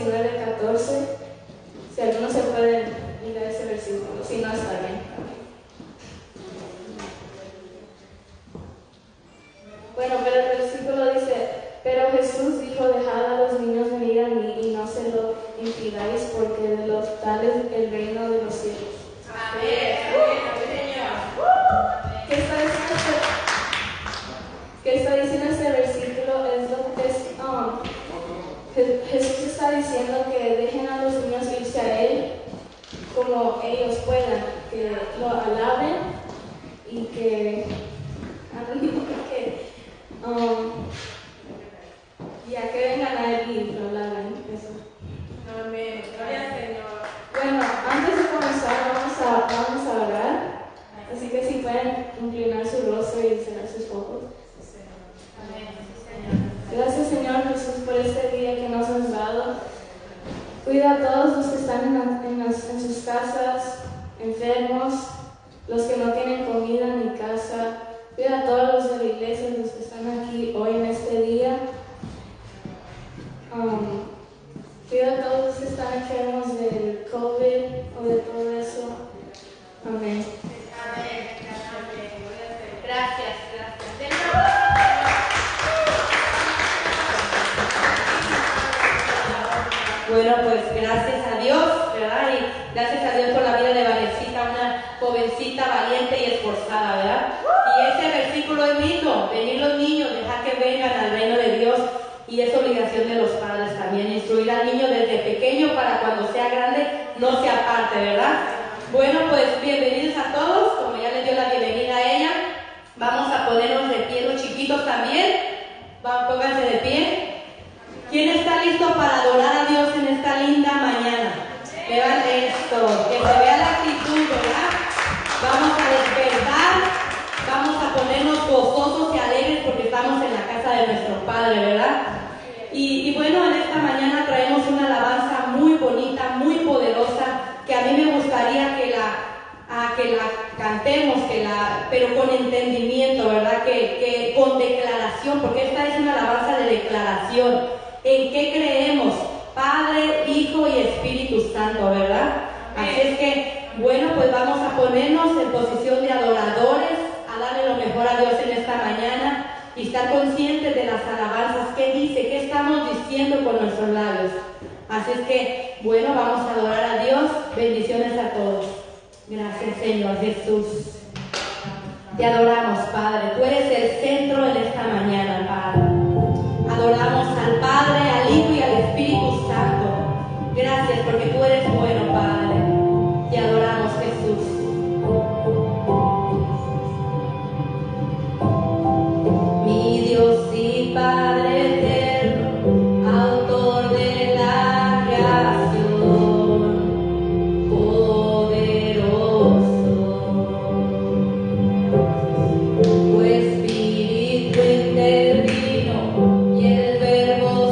19:14. Si alguno se puede ir a ese versículo, si no está bien. Bueno, pero el versículo dice: pero Jesús dijo, dejad a los niños venir a mí y no se lo impidáis, porque de los tales el reino de los cielos. Amén. ¿Qué está diciendo este versículo? Jesús está diciendo que dejen a los niños irse a Él como ellos puedan, que lo alaben y que ya que vengan a Él y lo alaben. Eso. Amén. Gloria al Señor. Bueno, antes de comenzar vamos a orar, así que si pueden inclinar su rostro y cerrar sus ojos. Gracias, Señor Jesús, por este día que nos has dado. Cuida a todos los que están en sus casas, enfermos, los que no tienen comida ni casa. Cuida a todos los de la iglesia, los que están aquí hoy en este día. Cuida a todos los que están enfermos del COVID o de todo eso. Amén. Amén. Gracias. Bueno, pues gracias a Dios, ¿verdad? Y gracias a Dios por la vida de Valecita, una jovencita valiente y esforzada, ¿verdad? Y ese versículo es lindo: venir los niños, dejar que vengan al reino de Dios. Y es obligación de los padres también, instruir al niño desde pequeño para cuando sea grande no se aparte, ¿verdad? Bueno, pues bienvenidos a todos, como ya les dio la bienvenida a ella. Vamos a ponernos de pie, los chiquitos también. Pónganse de pie. ¿Quién está listo para adorar a Dios en esta linda mañana? Vean esto, que se vea la actitud, ¿verdad? Vamos a despertar, vamos a ponernos gozosos y alegres porque estamos en la casa de nuestro Padre, ¿verdad? Y bueno, en esta mañana traemos una alabanza muy bonita, muy poderosa, que a mí me gustaría que la cantemos, pero con entendimiento, ¿verdad? Que con declaración, porque esta es una alabanza de declaración. ¿En qué creemos? Padre, Hijo y Espíritu Santo, ¿verdad? Así es que, bueno, pues vamos a ponernos en posición de adoradores, a darle lo mejor a Dios en esta mañana y estar conscientes de las alabanzas. ¿Qué dice? ¿Qué estamos diciendo con nuestros labios? Así es que, bueno, vamos a adorar a Dios. Bendiciones a todos. Gracias, Señor Jesús. Te adoramos, Padre. Tú eres el centro en esta mañana, Padre. Adoramos al Padre, al Hijo y al Espíritu Santo. Gracias porque tú eres bueno, Padre. Te adoramos, Jesús. Mi Dios y Padre eterno, autor de la creación, poderoso, tu Espíritu intervino y el Verbo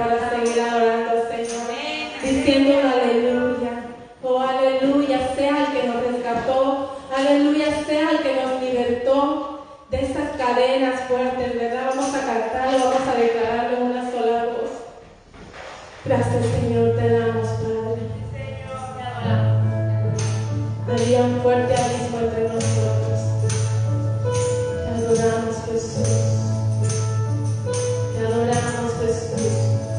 para seguir adorando, Señor, diciendo aleluya. Oh, aleluya, sea el que nos rescató, aleluya, sea el que nos libertó de esas cadenas fuertes, ¿verdad? Vamos a cantarlo, vamos a declararlo en una sola voz. Gracias, Señor, te damos, Padre. Había un fuerte abismo entre nosotros. Te adoramos, Jesús. Te adoramos, Jesús.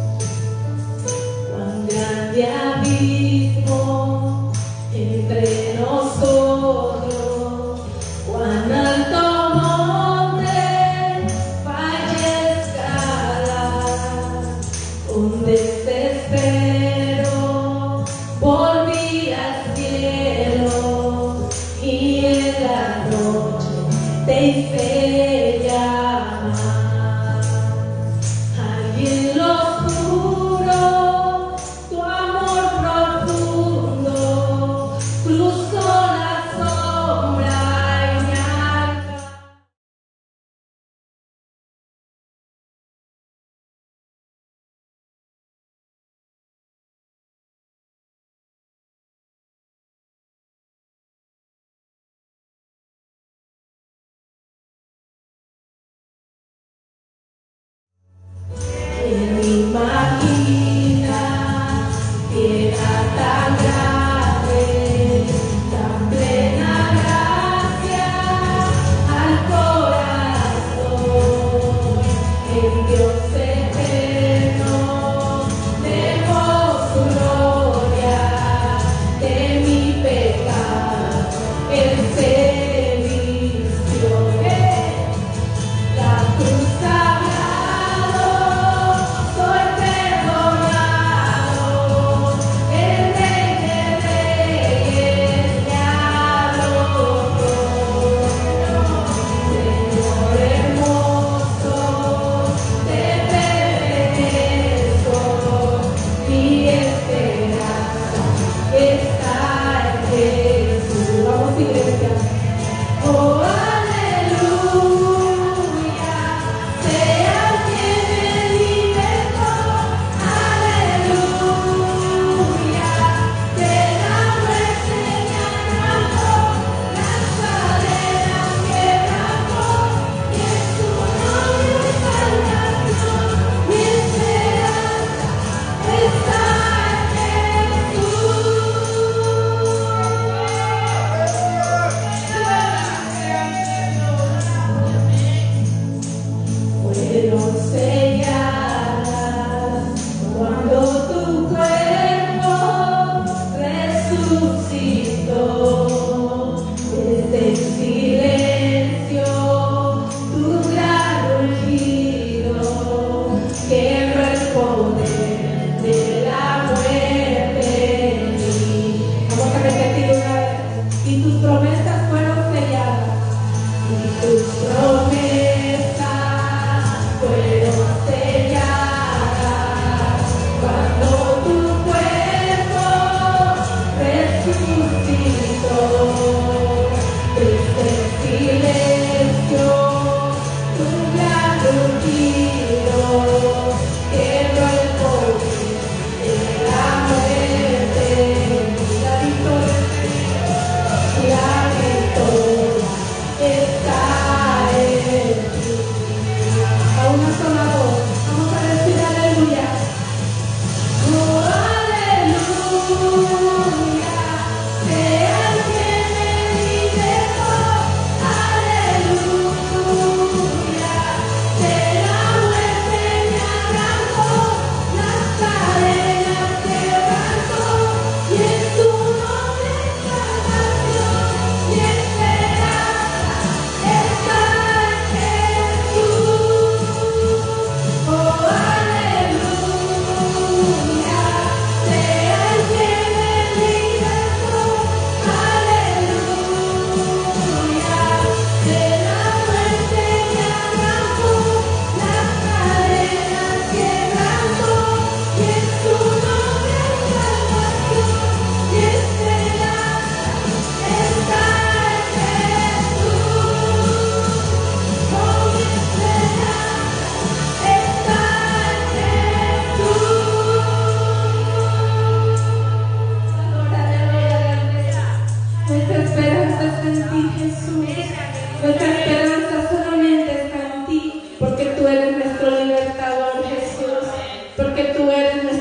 Cuán grande abismo entre nosotros, cuán alto monte falla escalar, con desespero volví al cielo y en la noche te hice llamar. Allí en lo oscuro tu amor profundo cruzó las olas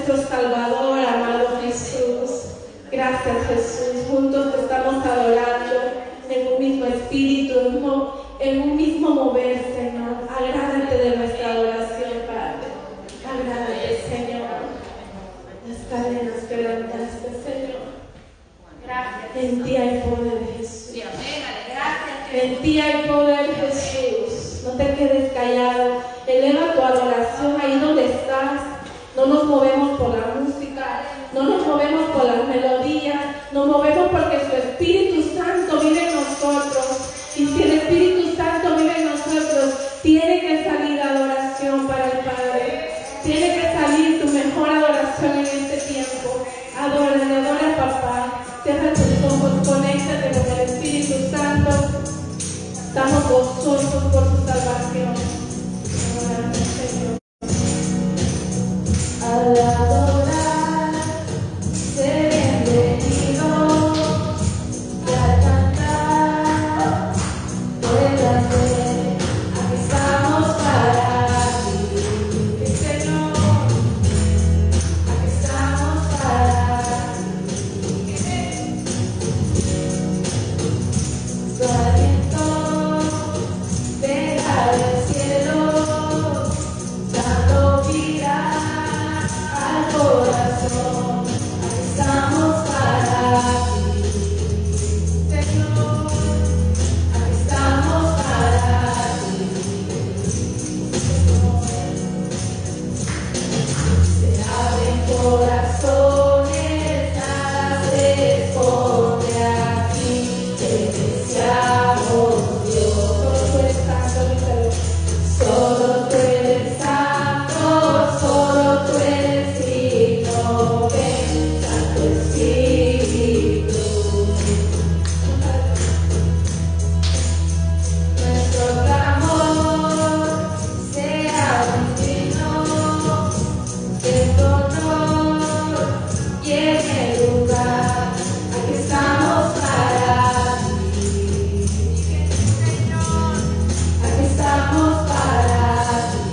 nuestro Salvador, amado Jesús. Gracias, Jesús. Juntos te estamos adorando en un mismo espíritu, en un mismo mover, Señor. Agrádate de nuestra adoración, Padre. Agrádate, Señor. Las cadenas que levantaste, Señor. Gracias. En ti hay poder, Jesús. Sí, amén. Gracias. En ti hay poder, Jesús. No te quedes callado. Eleva tu adoración ahí donde estás. No nos movemos por la música, no nos movemos por las melodías, nos movemos porque su Espíritu Santo vive en nosotros. Y si el Espíritu Santo vive en nosotros, tiene que salir adoración para el Padre. Tiene que salir tu mejor adoración en este tiempo. Adora, papá. Cierra tus ojos, conéctate con el Espíritu Santo. Estamos gozosos por su salvación. Adoramos, Señor. Al adorar, ser bienvenido, y al cantar, puedas ver, aquí estamos para ti, Señor, aquí estamos para ti. Tu aliento deja del cielo, dando vida al corazón. Aquí estamos para ti, Señor, aquí estamos para ti. Se abren corazones, nada se esconde aquí. Te deseamos, Dios. Solo tú eres santo, solo tú eres digno, ven, Santo Espíritu. Nuestro clamor sea divino, que tu honor llene el lugar. Aquí estamos para ti, aquí estamos para ti.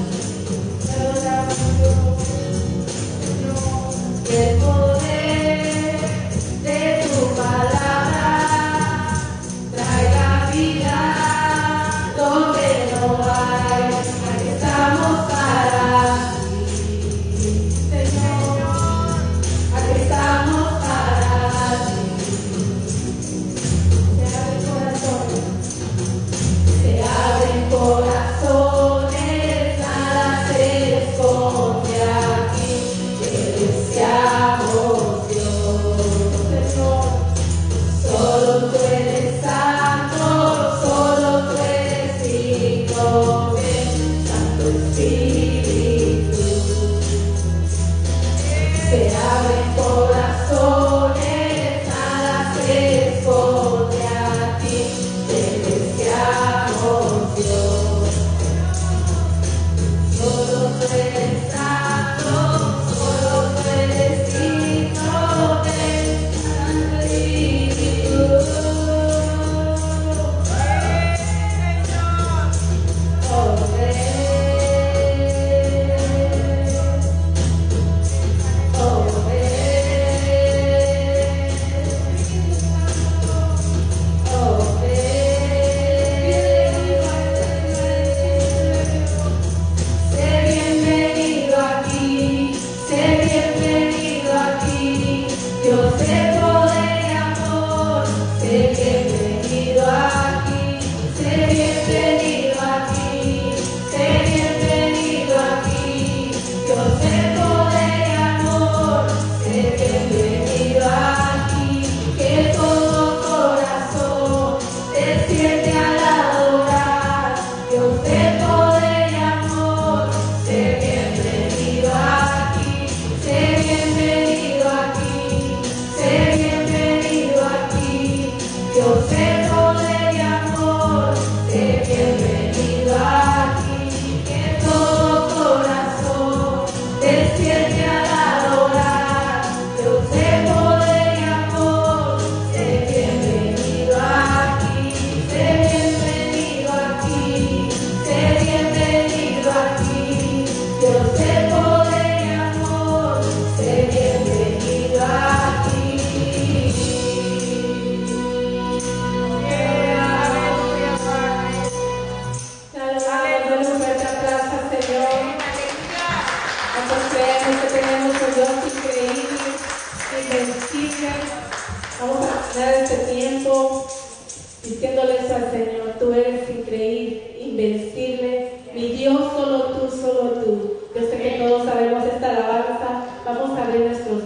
Y el poder de tu palabra traiga vida donde no hay. Aquí estamos para ti, Señor. Aquí estamos para ti. Se abren corazones, se abren corazones, nada se esconde aquí. Te deseamos, Dios, Señor. Solo tú eres santo, solo tú eres digno, ven, Santo Espíritu. Se abren corazones, nada se esconde aquí. Te deseamos, Dios. Solo tú eres santo, solo tú eres digno, ven, Santo Espíritu. Oh, ven, oh, ven.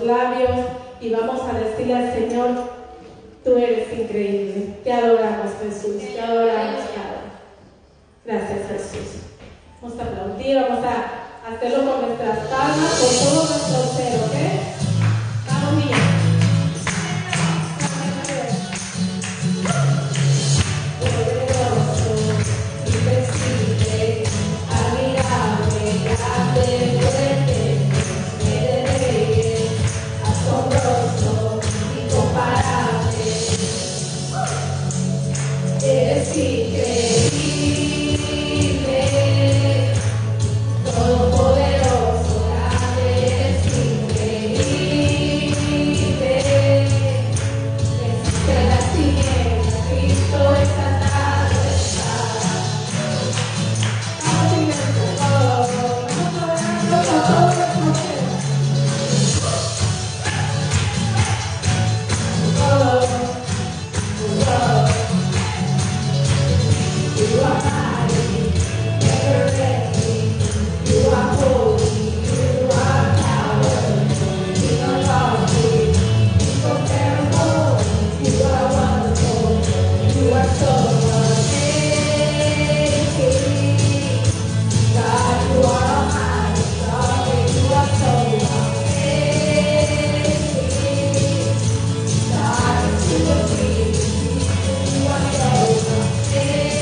nuestros labios y vamos a decirle al Señor, tú eres increíble. Te adoramos, Jesús, te adoramos, Padre. Gracias, Jesús. Vamos a aplaudir, vamos a hacerlo con nuestras palmas, con todo nuestro ser, ¿ok? Vamos, niños. Eres increíble, todopoderoso, grande, eres increíble. Desde las tinieblas, Cristo exaltado está. You are mighty, never ending. You are holy, you are powerful, King of all kings, incomparable. You are wonderful, you are so amazing. God, you are almighty, God, you are so amazing. God, you are free, you are so amazing.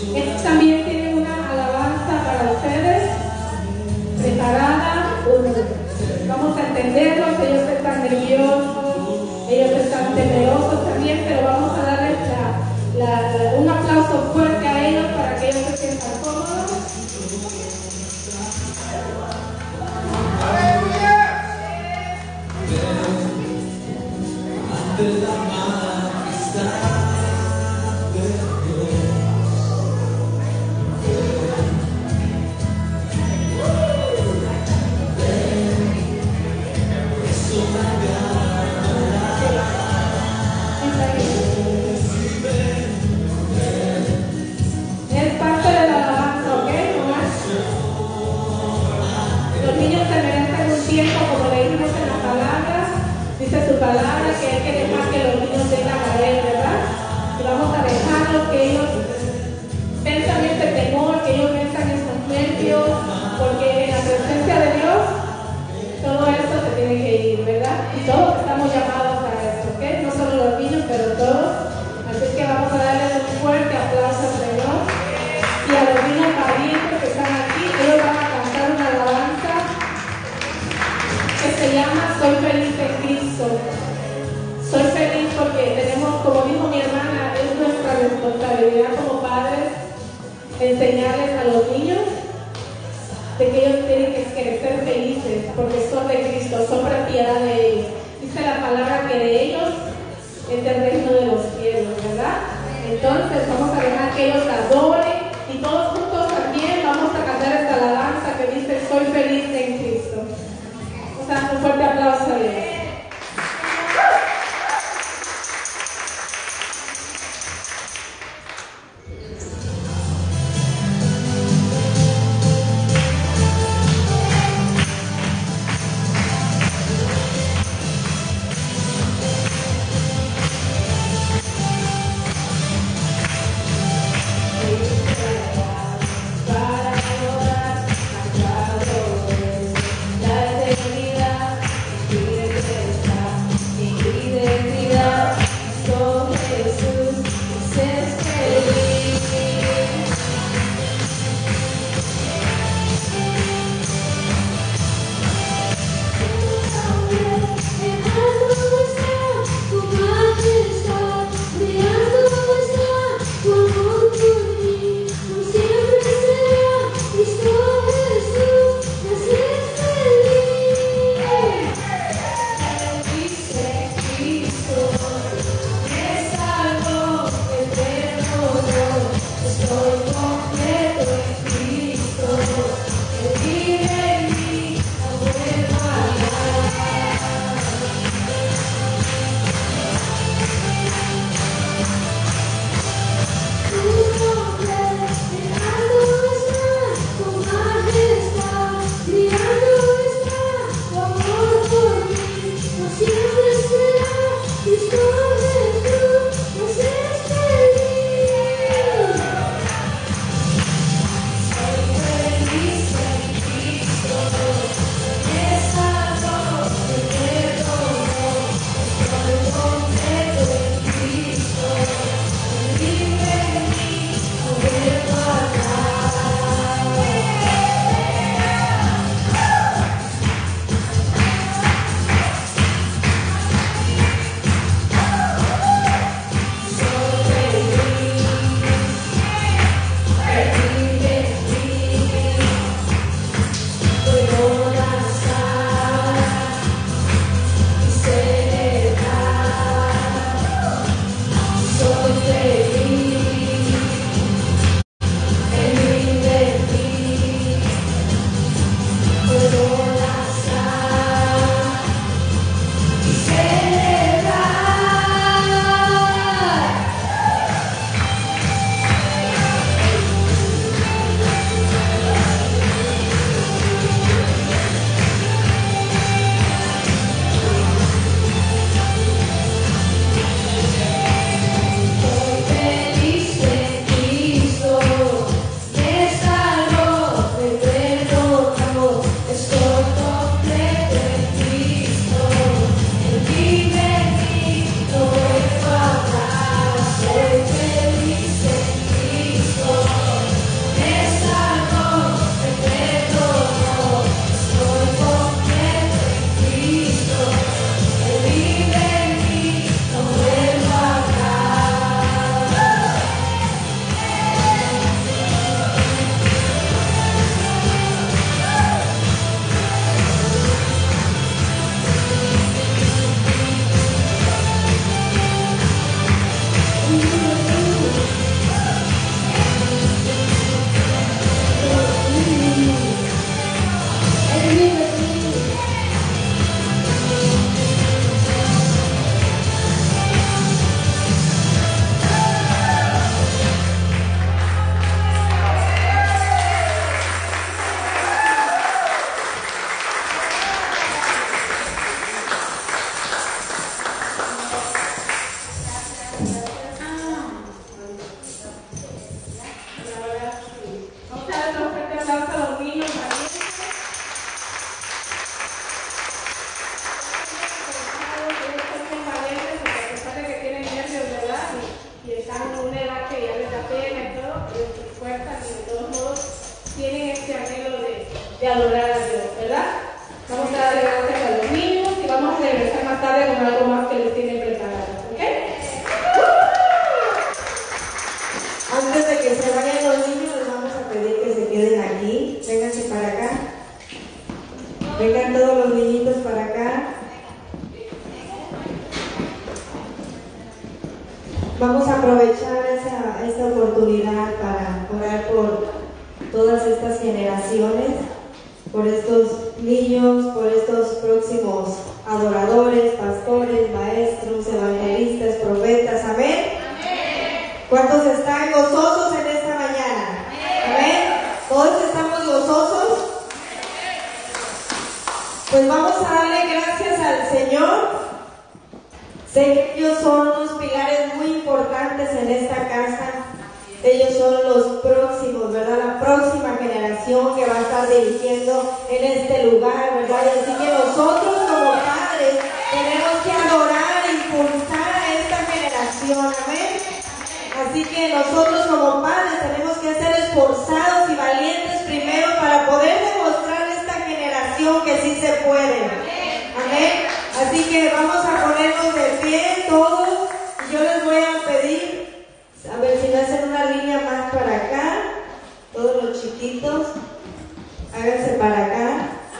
Ellos también tienen una alabanza para ustedes, preparada. Vamos a entenderlos, ellos están nerviosos, ellos están temerosos también, pero vamos a darles un aplauso fuerte a ellos para que ellos se sientan cómodos. Es parte de la alabanza, ¿ok? Los niños se merecen un tiempo, como leímos en la palabra. Dice su palabra que hay que dejar que los niños vengan a él, ¿verdad? Y vamos a dejarlos que ellos venzan ese temor, que ellos venzan esos nervios, porque en la presencia de Dios todo esto se tiene que ir, ¿verdad? Y todos estamos llamados a eso, ¿ok? No solo los niños, pero todos. Así que vamos a darles un fuerte aplauso al Señor. Y a los niños valientes que están aquí, ellos van a cantar una alabanza que se llama Soy feliz en Cristo. Soy feliz porque tenemos, como dijo mi hermana, es nuestra responsabilidad como padres enseñarles a los niños de que ellos tienen que ser felices porque son de Cristo, son propiedad de ellos. Dice la palabra que de ellos es el reino de los cielos, ¿verdad? Entonces vamos a dejar que ellos adoren y todos juntos también vamos a cantar esta alabanza que dice Soy feliz en Cristo. O sea, un fuerte aplauso a Dios. Vamos a aprovechar esta oportunidad para orar por todas estas generaciones, por estos niños, por estos próximos adoradores, pastores, maestros, evangelistas, profetas. Amén. ¿Cuántos están gozosos en esta mañana? Amén. ¿Todos estamos gozosos? Pues vamos a darle gracias al Señor. Sé que ellos son unos pilares muy importantes en esta casa. Ellos son los próximos, ¿verdad? La próxima generación que va a estar dirigiendo en este lugar, ¿verdad? Y así que nosotros como padres tenemos que adorar e impulsar a esta generación. Amén. Así que nosotros como padres tenemos que ser esforzados y valientes primero para poder demostrar a esta generación que sí se puede. Amén. Así que vamos a ponernos de pie todos. Yo les voy a pedir, a ver si me hacen una línea más para acá. Todos los chiquitos, háganse para acá.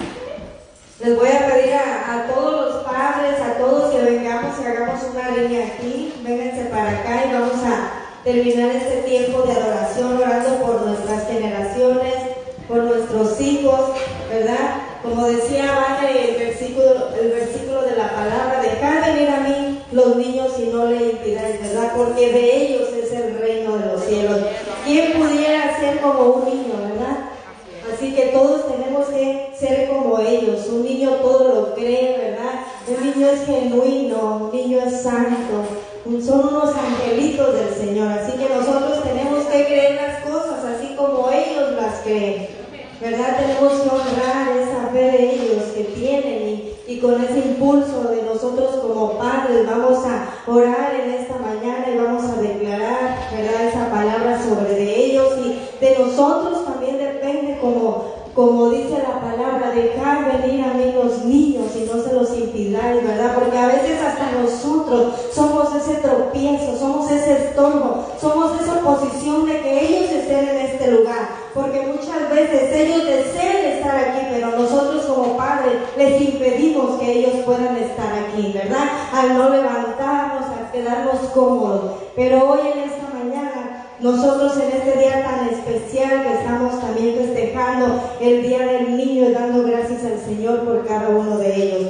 Les voy a pedir a todos los padres, a todos que vengamos y hagamos una línea aquí. Vénganse para acá y vamos a terminar este tiempo de adoración orando por nuestras generaciones, por nuestros hijos, ¿verdad? Como decía Vane, el versículo de la palabra, dejad venir a mí los niños y no le impidáis, ¿verdad? Porque de ellos es el reino de los cielos. ¿Quién pudiera ser como un niño, verdad? Así que todos tenemos que ser como ellos. Un niño todo lo cree, ¿verdad? Un niño es genuino, un niño es santo. Son unos angelitos del Señor. Así que nosotros tenemos que creer las cosas así como ellos las creen, ¿verdad? Tenemos que honrar esa fe de ellos que tienen y con ese impulso de nosotros como padres vamos a orar en esta mañana y vamos a declarar, ¿verdad? Esa palabra sobre de ellos y de nosotros también depende como dice la palabra, dejar venir a mí los niños y no se los impidáis, ¿verdad? Porque a veces hasta nosotros somos ese tropiezo, somos ese estorbo, somos esa oposición de que ellos estén en este lugar, porque muchas veces ellos desean estar aquí, pero nosotros como padres les impedimos que ellos puedan estar aquí, ¿verdad? Al no levantarnos, al quedarnos cómodos. Pero hoy en esta mañana, nosotros en este día tan especial que estamos también festejando el Día del Niño y dando gracias al Señor por cada uno de ellos.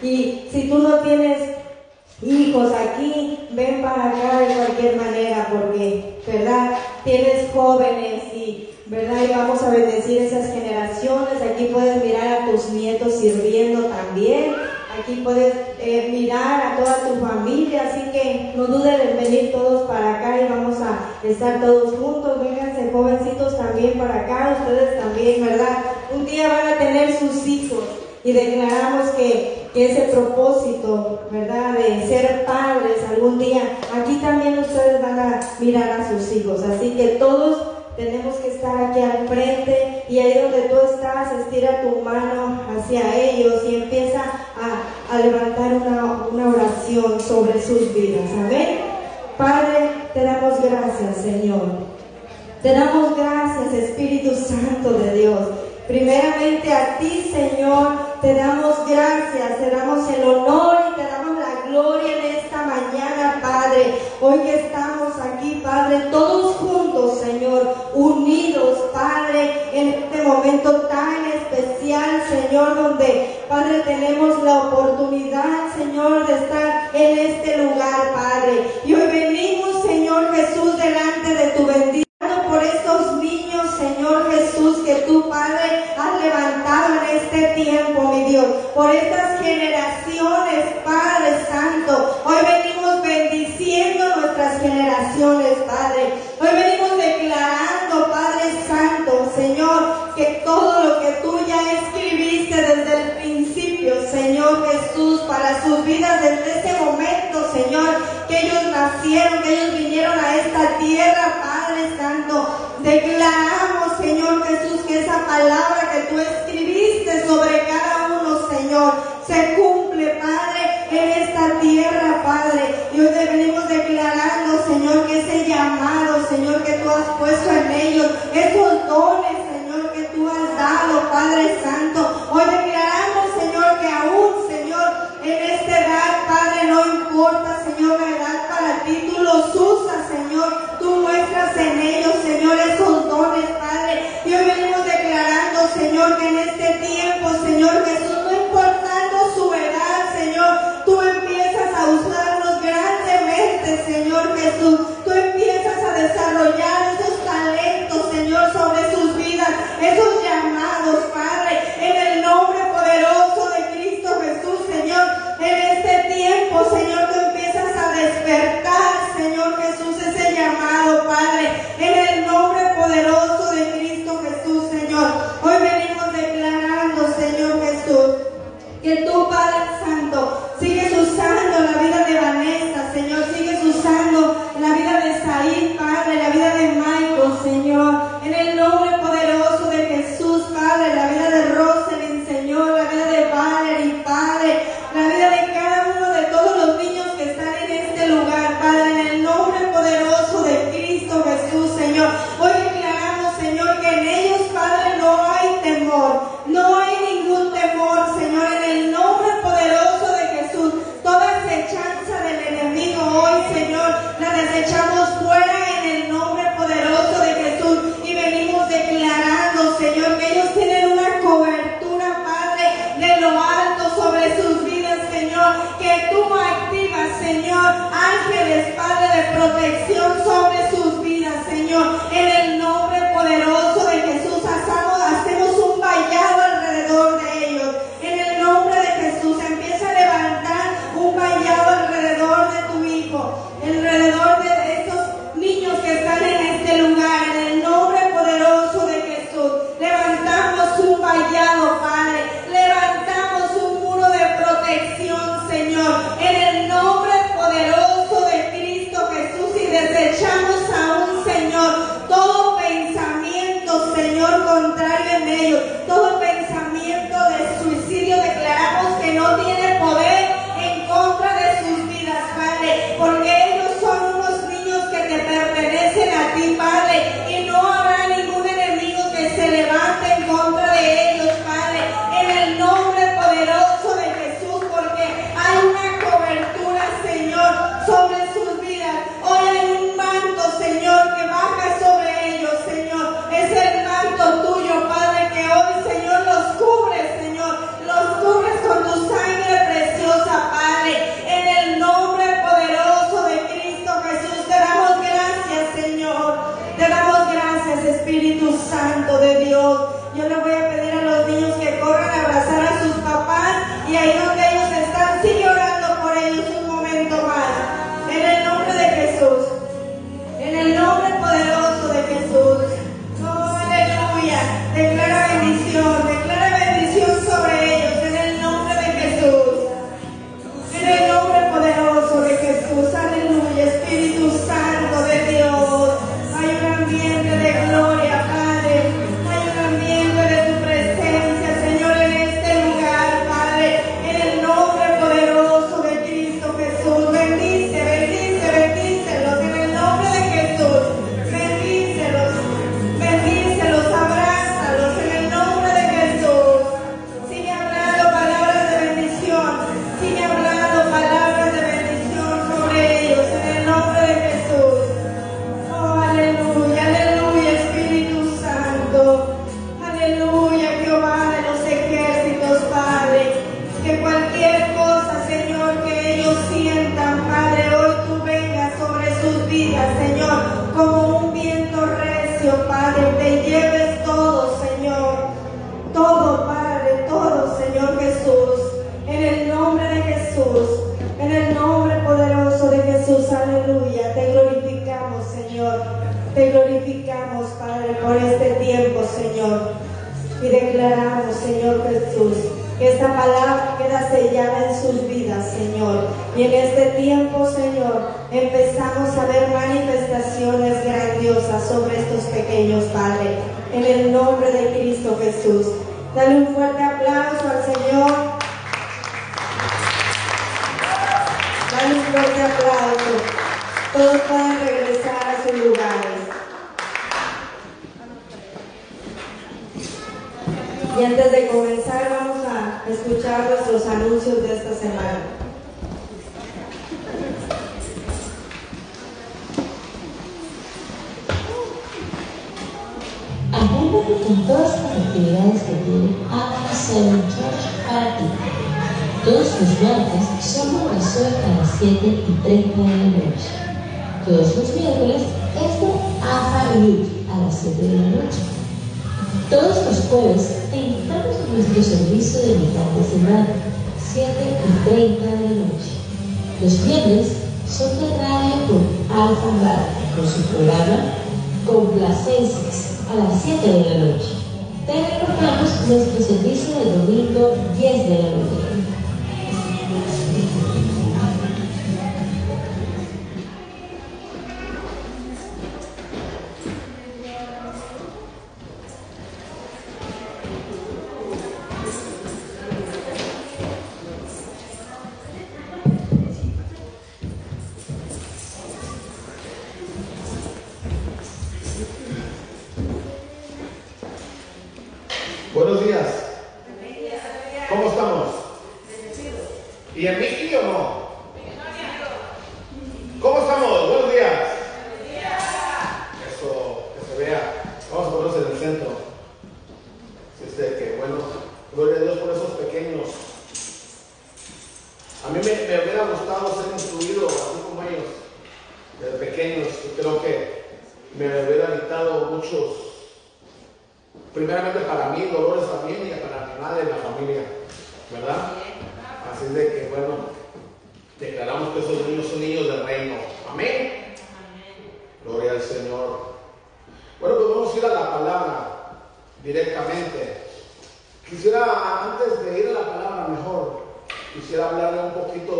Y si tú no tienes hijos aquí, ven para acá de cualquier manera porque, ¿verdad? Tienes jóvenes y, ¿verdad? Y vamos a bendecir esas generaciones. Aquí puedes mirar a tus nietos sirviendo también. Aquí puedes mirar a toda tu familia, así que no duden en venir todos para acá y vamos a estar todos juntos. Vénganse jovencitos también para acá, ustedes también, ¿verdad? Un día van a tener sus hijos y declaramos que ese propósito, ¿verdad? De ser padres algún día, aquí también ustedes van a mirar a sus hijos, así que todos tenemos que estar aquí al frente y ahí donde tú estás, estira tu mano hacia ellos y empieza a levantar una oración sobre sus vidas. Amén. Padre, te damos gracias, Señor. Te damos gracias, Espíritu Santo de Dios. Primeramente a ti, Señor, te damos gracias, te damos el honor y te damos la gloria en esta mañana, Padre. Hoy que estamos aquí, Padre, todos juntos, Señor, unidos, Padre, en este momento tan especial, Señor, donde, Padre, tenemos la oportunidad, Señor, de estar en este lugar, Padre. Y hoy venimos, Señor Jesús, delante de tu bendición por estos niños, Señor Jesús, que tú, Padre, has levantado en este tiempo, mi Dios, por estas generaciones, Padre Santo. Hoy venimos bendiciendo nuestras generaciones, Padre. Hoy venimos declarando, Padre Santo, Señor, que todo lo que tú ya escribiste desde el principio, Señor Jesús, para sus vidas desde ese momento, Señor, que ellos nacieron, que ellos vinieron a esta tierra, Padre Santo, declaramos, Señor Jesús, que esa palabra que tú escribiste sobre cada uno, Señor, se cumple, Padre, en esta tierra, Padre. Y hoy venimos declarando, Señor, que ese llamado, Señor, que tú has puesto en ellos, esos dones, Señor, que tú has dado, Padre Santo, hoy declaramos, Señor, que aún, Señor, en esta edad, Padre, no importa, Señor, la edad para ti, tú los usas, Santo. Sigues usando la vida de Vanessa, Señor. Sigues usando la vida de Said, Padre, la vida de Michael, Señor. En el nombre poderoso de Jesús, Padre, la vida de Rosalind, Señor, la vida de Valerie, Padre, la vida de cada uno de todos los niños que están en este lugar, Padre, en el nombre poderoso de Cristo Jesús, Señor. Hoy declaramos, Señor, que en ellos, Padre, no hay temor, no hay ningún temor, Señor, en el nombre poderoso de Jesús. Toda acechanza del enemigo hoy, Señor, la desechamos fuera en el nombre poderoso de Jesús y venimos declarando, Señor, que ellos tienen una cobertura, Padre, de lo alto sobre sus vidas, Señor, que tú activas, Señor, ángeles, Padre, de protección sobre sus vidas, Señor, en el nombre poderoso de Jesús. Hacemos un vallado alrededor de ellos, en el nombre de Jesús. Empieza a levantar un vallado alrededor de tu hijo, alrededor de estos niños que están en este lugar, en el nombre poderoso de Jesús. Levantamos un vallado, Padre, levantamos un muro de protección, Señor, en el nombre poderoso de Cristo Jesús, y desechamos aún, Señor, todo pensamiento, Señor, contrario en ellos, todo pensamiento de suicidio. Declaramos que no tiene poder en contra de sus vidas, Padre, porque ellos son unos niños que te pertenecen a ti, Padre, y no habrá ningún enemigo que se levante en contra de ellos, Padre, en el nombre poderoso de Jesús, porque hay una cobertura, Señor, sobre sus vidas. Hoy hay un manto, Señor, que baja sobre ellos, Señor. Es el manto tuyo, Padre, que hoy, Señor, los cubres, Señor, los cubres con tu sangre preciosa, Padre, en el nombre poderoso de Cristo Jesús. Te damos gracias, Señor, te damos gracias, Espíritu Santo de Dios. Yo le voy a pedir a los niños que corran a abrazar a sus papás, y ahí donde ellos están, sigue orando por ellos un momento más, en el nombre de Jesús, en el nombre poderoso de Jesús. Oh, aleluya. Declara bendición sobre ellos, en el nombre de Jesús, en el nombre poderoso de Jesús. Aleluya, Espíritu Santo de Dios. Hay un ambiente de gloria, Padre, hay un ambiente de tu presencia, Señor, en este lugar, Padre, en el nombre poderoso de Cristo Jesús. Bendice, bendice, bendícelos en el nombre de Jesús. Bendícelos, bendícelos, abrázalos en el nombre de Jesús. Sigue hablando palabras de bendición, sigue hablando palabras de bendición sobre ellos en el nombre de Jesús. Oh, aleluya, aleluya, Espíritu Santo. Aleluya, Jehová de los ejércitos, Padre. Que cualquier cosa, Señor, que ellos sientan, Padre, hoy tú vengas sobre sus vidas, Señor, como un viento recio, Padre. Te lleves todo, Señor. Todo, Padre, todo, Señor Jesús. En el nombre de Jesús, en el nombre poderoso de Jesús, aleluya. Te glorificamos, Señor. Te glorificamos, Padre, por este tiempo, Señor. Y declaramos, Señor Jesús, que esta palabra queda sellada en sus vidas, Señor. Y en este tiempo, Señor, empezamos a ver manifestaciones grandiosas sobre estos pequeños, Padre. En el nombre de Cristo Jesús. Dale un fuerte aplauso al Señor. Dale un fuerte aplauso. Todos pueden regresar a sus lugares. Y antes de comenzar, vamos a escuchar nuestros anuncios de esta semana. Agéndate con todas las actividades que tiene Seven Church para ti. Todos los martes son oración a las 7:30 de la noche. Todos los miércoles es de Alpha Youth a las 7 de la noche. Todos los jueves te invitamos a nuestro servicio de mitad de semana, 7:30 de la noche. Los viernes son de radio con Alpha Radio, con su programa Complacencias a las 7 de la noche. Te recordamos nuestro servicio del domingo 10 de la noche. ¿Y en Mickey o no? ¿Cómo estamos? Buenos días. Eso, que se vea. Vamos a ponernos en el centro. Que bueno, gloria a Dios por esos pequeños. A mí me hubiera gustado ser instruido así como ellos, desde pequeños. Yo creo que me hubiera evitado muchos, primeramente para mí, dolores también, y para mi madre y la familia, ¿verdad? Así de que, bueno, declaramos que esos niños son niños del reino. Amén. Gloria al Señor. Bueno, pues vamos a ir a la palabra directamente. Quisiera, antes de ir a la palabra mejor, quisiera hablarle un poquito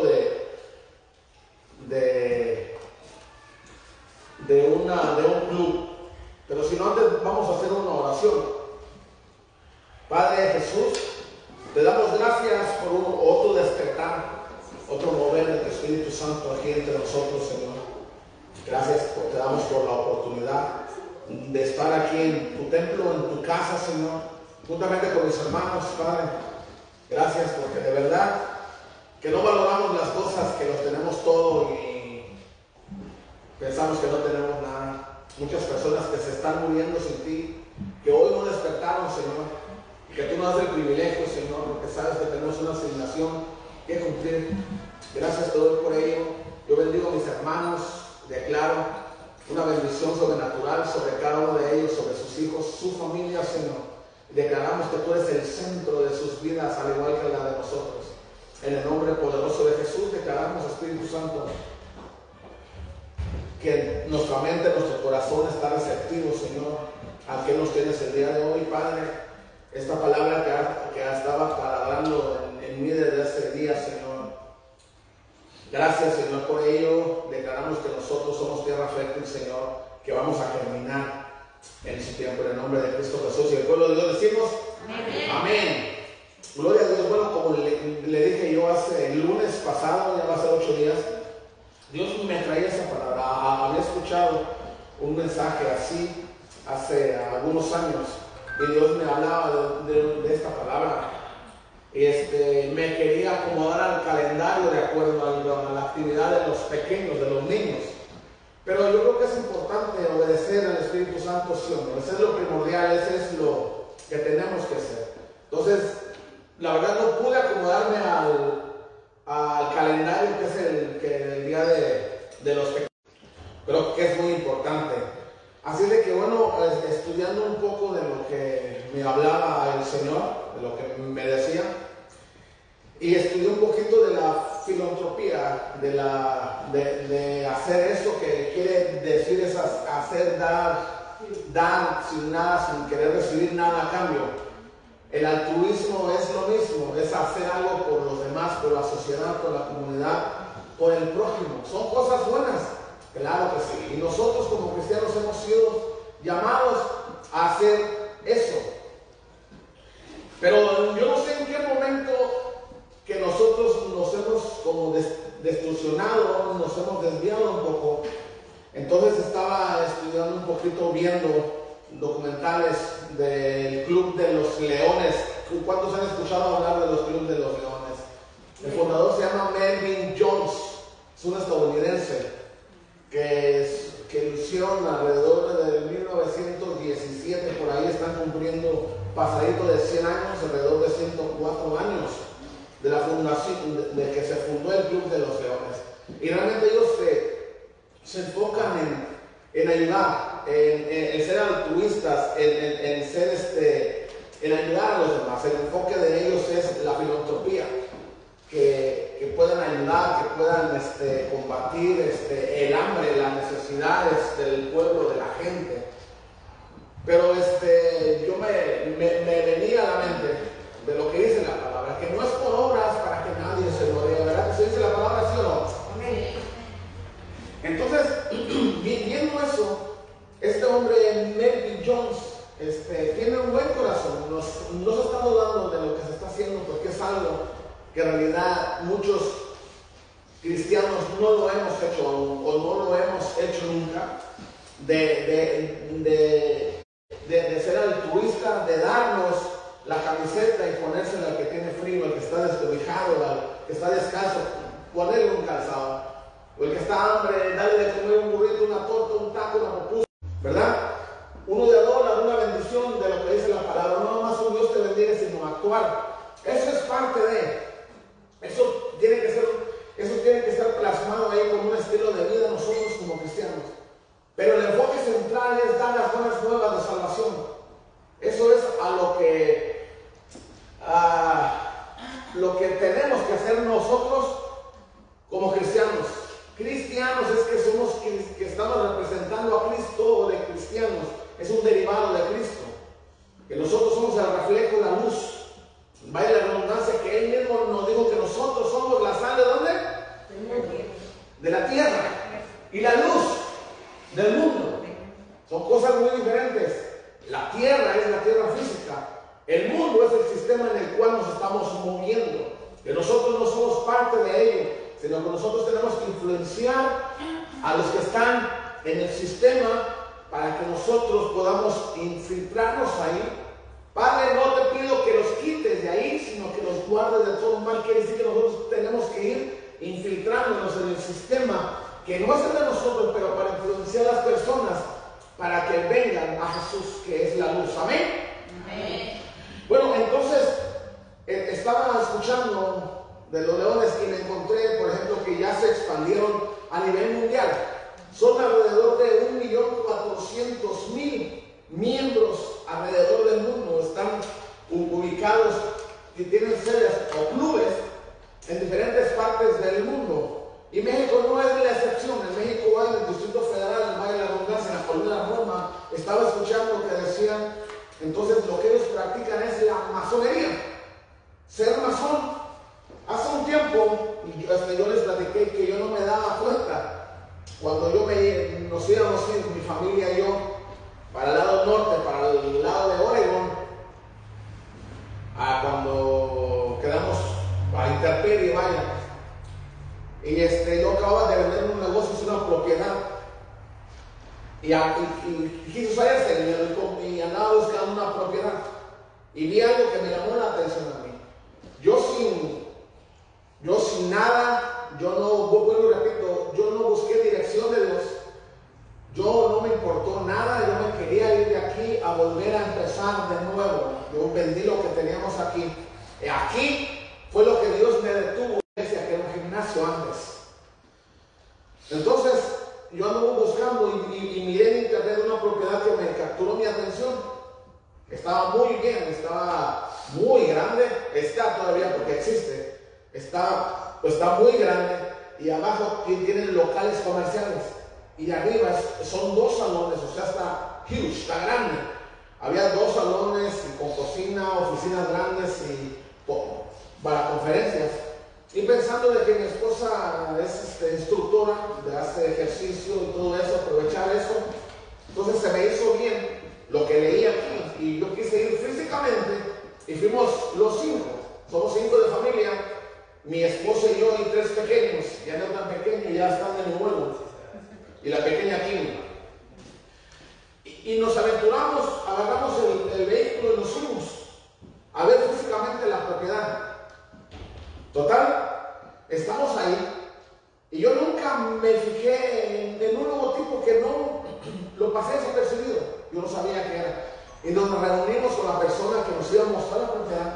de un club. Pero si no, antes vamos a hacer una oración. Padre Jesús, te damos gracias por otro despertar, otro mover de tu Espíritu Santo aquí entre nosotros, Señor. Gracias, te damos por la oportunidad de estar aquí en tu templo, en tu casa, Señor, juntamente con mis hermanos, Padre. Gracias porque de verdad que no valoramos las cosas, que los tenemos todo y pensamos que no tenemos nada. Muchas personas que se están muriendo sin ti, que hoy no despertaron, Señor, que tú nos das el privilegio, Señor, porque sabes que tenemos una asignación que cumplir. Gracias te doy por ello. Yo bendigo a mis hermanos, declaro una bendición sobrenatural sobre cada uno de ellos, sobre sus hijos, su familia, Señor. Declaramos que tú eres el centro de sus vidas, al igual que la de nosotros. En el nombre poderoso de Jesús declaramos, Espíritu Santo, que nuestra mente, nuestro corazón está receptivo, Señor, a que nos tienes el día de hoy, Padre. Esta palabra que estaba para darlo en mí desde ese día, Señor. Gracias, Señor, por ello. Declaramos que nosotros somos tierra fértil, Señor, que vamos a germinar en su tiempo, en el nombre de Cristo Jesús. Y el pueblo de Dios decimos, amén. Amén. Gloria a Dios. Bueno, como le dije yo el lunes pasado, ya va a ser 8 días, Dios me traía esa palabra. Había escuchado un mensaje así hace algunos años y Dios me hablaba de esta palabra. Me quería acomodar al calendario de acuerdo a la actividad de los pequeños, de los niños. Pero yo creo que es importante obedecer al Espíritu Santo, sí, eso es lo primordial, ese es lo que tenemos que hacer. Entonces, la verdad no pude acomodarme al calendario que es el día de los pequeños. Creo que es muy importante. Así de que bueno, estudiando un poco de lo que me hablaba el Señor, de lo que me decía, y estudié un poquito de la filantropía, de hacer eso que quiere decir es hacer, dar sin nada, sin querer recibir nada a cambio. El altruismo es lo mismo, es hacer algo por los demás, por la sociedad, por la comunidad, por el prójimo. Son cosas buenas, claro que sí. Y nosotros como cristianos hemos sido llamados a hacer eso. Pero yo no sé en qué momento que nosotros nos hemos como distorsionado, nos hemos desviado un poco. Entonces estaba estudiando un poquito, viendo documentales del Club de los Leones. ¿Cuántos han escuchado hablar de los Club de los Leones? El fundador se llama Melvin Jones, es un estadounidense que lo hicieron alrededor de 1917, por ahí están cumpliendo pasadito de 100 años, alrededor de 104 años de la fundación, de que se fundó el Club de los Leones. Y realmente ellos se enfocan en ayudar, en ser altruistas, en ayudar a los demás. El enfoque de ellos es la filantropía, que puedan ayudar, que puedan combatir el hambre, las necesidades del pueblo, de la gente. Pero yo me venía a la mente de lo que dice la palabra, que no es por obras para que nadie se gloríe, ¿verdad? ¿Se dice la palabra sí o no? Amén. Entonces, viendo eso, este hombre, Melvin Jones, tiene un buen corazón, nos ha estado dando de lo que se está haciendo, porque es algo que en realidad muchos cristianos no lo hemos hecho aún, o no lo hemos hecho nunca, de ser altruista, de darnos la camiseta y ponérsela al que tiene frío, al que está descobijado, que está descalzo, ponerle un calzado. O el que está hambre, darle de comer un burrito, una torta, un taco, una pupusa, ¿verdad? Uno de dólar, una bendición de lo que dice la palabra. No nomás un Dios te bendiga, sino actuar. Eso es parte de. Eso tiene que estar plasmado ahí como un estilo de vida nosotros como cristianos. Pero el enfoque central es dar las buenas nuevas de salvación. Eso es lo que tenemos que hacer nosotros como cristianos. Cristianos es que somos que estamos representando a Cristo de cristianos. Es un derivado de Cristo. Que nosotros somos el reflejo, la luz. Vaya la redundancia que Él mismo nos dijo que nosotros somos la sal de ¿dónde? De la tierra. Y la luz del mundo. Son cosas muy diferentes. La tierra es la tierra física. El mundo es el sistema en el cual nos estamos moviendo. Que nosotros no somos parte de ello, sino que nosotros tenemos que influenciar a los que están en el sistema para que nosotros podamos infiltrarnos ahí. Padre, no te pido que los quites de ahí, sino que los guardes de todo mal. Quiere decir que nosotros tenemos que ir infiltrándonos en el sistema, que no es el de nosotros, pero para influenciar a las personas, para que vengan a Jesús, que es la luz. Amén. Amén. Bueno, entonces, estaba escuchando de los leones y me encontré, por ejemplo, que ya se expandieron a nivel mundial. Son alrededor de 1.400.000 miembros alrededor del mundo. Están ubicados y tienen sedes o clubes en diferentes partes del mundo. Y México no es la excepción. En México hay en el Distrito Federal, en Valle de la Redundancia, en la Colonia Roma, estaba escuchando que decían, entonces lo que ellos practican es la masonería. Ser masón. Hace un tiempo, yo les platiqué que yo no me daba cuenta. Cuando nos íbamos, mi familia y yo, para el lado norte, para el lado de Oregon, cuando quedamos para Interpedia y vaya. Y yo acababa de vender un negocio, es una propiedad. Y quiso salirse y andaba buscando una propiedad. Y vi algo que me llamó la atención a mí. Yo sin nada, vuelvo y repito, yo no busqué dirección de Dios. Yo no me importó nada, yo me quería ir de aquí a volver a empezar de nuevo. Yo vendí lo que teníamos aquí. Aquí fue lo que Dios me detuvo, que era un gimnasio antes. Entonces, yo ando buscando y miré en internet una propiedad que me capturó mi atención. Estaba muy bien, estaba muy grande, está todavía porque existe. Está muy grande y abajo tienen locales comerciales. Y arriba son 2 salones, o sea, está huge, está grande. Había 2 salones con cocina, oficinas grandes y para conferencias. Y pensando de que mi esposa es instructora, de hacer ejercicio y todo eso, aprovechar eso, entonces se me hizo bien lo que leí aquí. Y yo quise ir físicamente y fuimos los 5. Somos 5 de familia, mi esposa y yo y 3 pequeños. Ya no tan pequeños, ya están de mi vuelo. Y la pequeña Kim. Y nos aventuramos, agarramos el vehículo y nos fuimos a ver físicamente la propiedad. Total, estamos ahí y yo nunca me fijé en un logotipo que no lo pasé desapercibido. Yo no sabía qué era. Y nos reunimos con la persona que nos iba a mostrar la propiedad.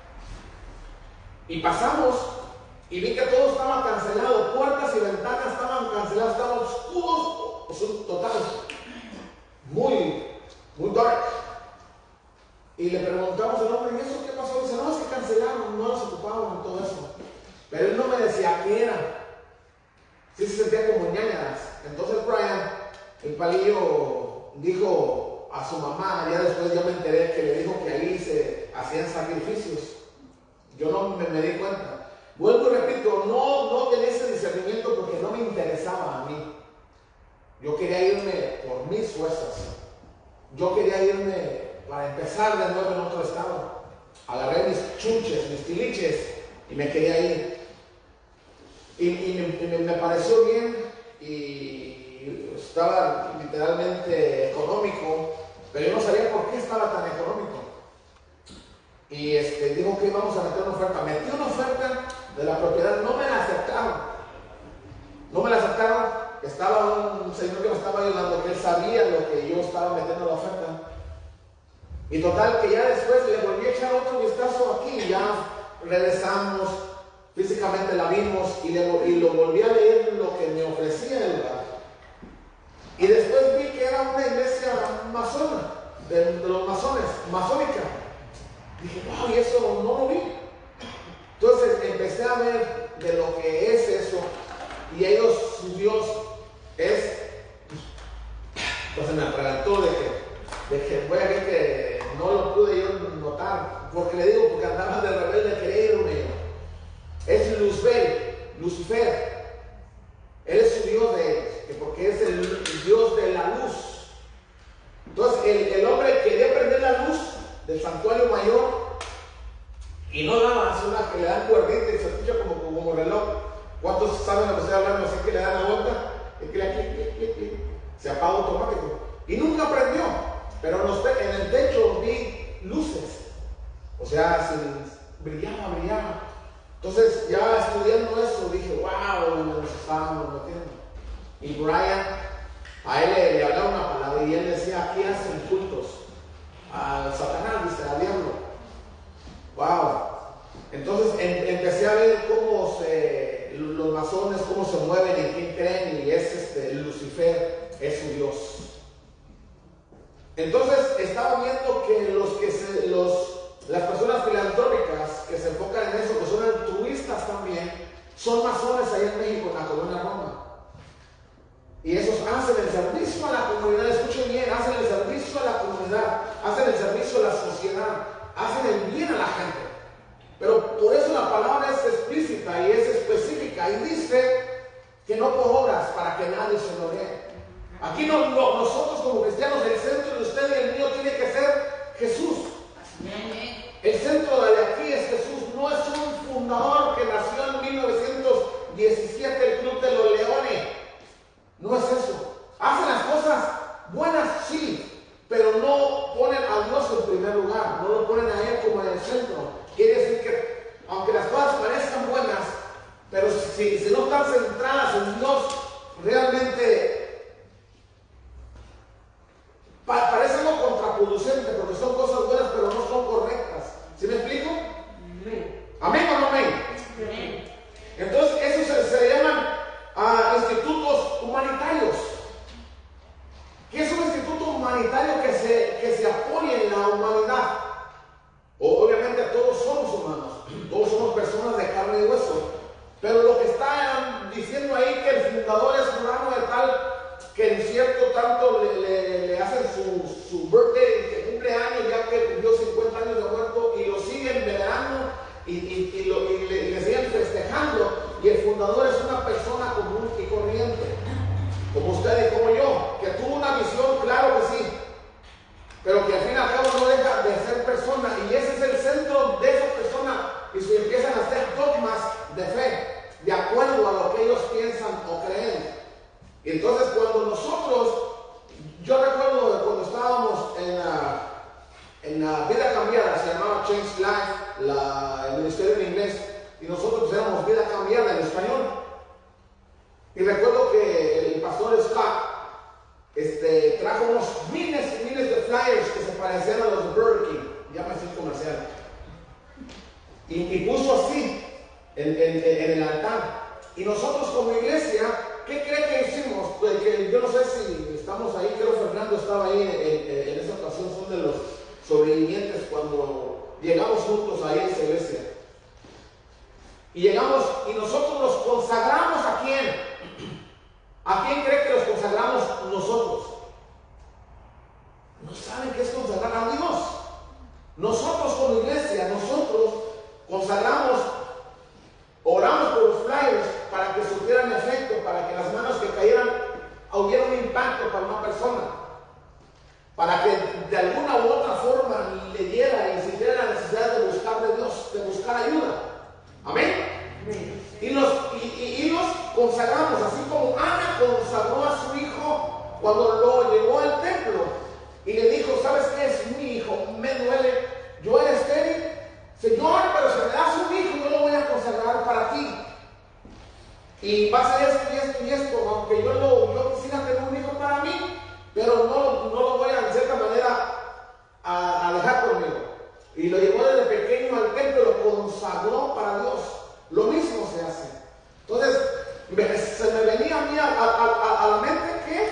Y pasamos y vi que todo estaba cancelado, puertas y ventanas estaban canceladas, estaban oscuros, total, muy dark. Y le preguntamos al hombre, ¿y eso qué pasó? Dice, no, es que cancelaron, no los ocupaban y todo eso. Pero él no me decía qué era. Sí se sentía como ñañaras. Entonces Brian, el palillo, dijo a su mamá, ya después yo me enteré que le dijo que ahí se hacían sacrificios. Yo no me di cuenta. Vuelvo y repito, no tenía ese discernimiento porque no me interesaba a mí. Yo quería irme por mis fuerzas. Yo quería irme para empezar de nuevo en otro estado. Agarré mis chunches, mis tiliches y me quería ir. Y me pareció bien y estaba literalmente económico, pero yo no sabía por qué estaba tan económico. Y dijo que íbamos a meter una oferta. Metí una oferta de la propiedad, no me la aceptaron. No me la aceptaron. Estaba un señor que me estaba ayudando, que él sabía lo que yo estaba metiendo a la oferta. Y total, que ya después le volví a echar otro vistazo aquí, y ya regresamos, físicamente la vimos, y lo volví a leer lo que me ofrecía el lugar. Y después vi que era una iglesia masona, de los masones, masónica. Dije, wow, y eso no lo vi. Entonces empecé a ver de lo que es eso, y ellos, su Dios es, pues se me atragantó de que voy a ver que no lo pude yo notar, porque le digo, porque andaba de rebelde, quería irme. Es Lucifer, él es su Dios de ellos, porque es el Dios de la luz. Entonces el hombre quería prender la luz del santuario mayor y no daba, es una que le dan cuerdita y se escucha como reloj. ¿Cuántos saben lo que estoy hablando? Así que le dan la vuelta, y clic, se apaga automático. Y nunca prendió, pero en el techo vi luces, o sea, brillaba. Entonces ya estudiando eso dije, wow, nos estábamos metiendo. Y Brian, a él le hablaba una palabra y él decía, aquí hacen cultos a Satanás, dice, al diablo. Wow. Entonces empecé a ver cómo los masones, cómo se mueven, en quién creen, y es Lucifer, es su Dios. Entonces estaba viendo que las personas filantrópicas que se enfocan en eso, que son altruistas también, son masones allá en México, en la colonia Roma. Y esos hacen el servicio a la comunidad, escuchen bien, hacen el servicio a la comunidad, hacen el servicio a la sociedad, hacen el bien a la gente. Pero por eso la palabra es explícita y es específica y dice que no por obras para que nadie se gloríe. Aquí nosotros como cristianos, el centro de usted y el mío tiene que ser Jesús. El centro de aquí es Jesús, no es un fundador que nació en 1917, el Club de los Leones. No es eso. Hacen las cosas buenas, sí, pero no ponen a Dios en primer lugar, no lo ponen a Él como en el centro. Quiere decir que, aunque las cosas parezcan buenas, pero si no están centradas en Dios, realmente parece algo contraproducente, porque son cosas buenas, pero no son correctas. ¿Sí me explico? ¿Amén o no amén? Entonces, eso se llaman institutos humanitarios. ¿Qué es un instituto humanitario que se apoye en la humanidad? Obviamente todos somos humanos, todos somos personas de carne y hueso, pero lo que está diciendo ahí que el fundador es fulano de tal, que en cierto tanto le hacen su birthday, que cumple años, ya que cumplió 50 años de muerto, y lo siguen venerando y le siguen festejando, y el fundador es una persona común y corriente, como usted y como yo, que tuvo una visión, claro que sí, pero que al fin y al cabo no deja de ser persona, y ese es el centro de esa persona, y se empiezan a hacer dogmas de fe, de acuerdo a lo que ellos piensan o creen. Y entonces cuando nosotros, yo recuerdo cuando estábamos en la vida cambiada, se llamaba Change Life, el ministerio en inglés, y nosotros éramos vida cambiada en español. Y recuerdo que el pastor Scott trajo unos miles y miles de flyers que se parecían a los de Burger King, ya me hice comercial, y puso así en el altar. Y nosotros como iglesia, ¿qué cree que hicimos? Pues que yo no sé si estamos ahí, creo que Fernando estaba ahí en esa ocasión, son de los sobrevivientes cuando llegamos juntos ahí a esa iglesia. Y llegamos y nosotros los consagramos ¿a quién? ¿A quién cree que los consagramos nosotros? ¿No saben qué es consagrar a Dios? Nosotros como iglesia, nosotros consagramos, oramos por los flyers para que surtieran efecto, para que las manos que cayeran hubiera un impacto para una persona, para que de alguna u otra forma le diera y sintiera la necesidad de buscar de Dios, de buscar ayuda. Amén. Y los consagramos, así como Ana consagró a su hijo cuando lo llevó al templo y le dijo, ¿sabes qué? Es mi hijo, me duele, yo era estéril, Señor, pero si me das un hijo, yo lo voy a consagrar para ti. y va a ser esto y esto y esto, aunque yo quisiera tener un hijo para mí, pero no lo voy a, de cierta manera, a dejar conmigo. Y lo llevó desde pequeño al templo y lo consagró para Dios. Lo mismo se hace. Entonces, se me venía a mí a la mente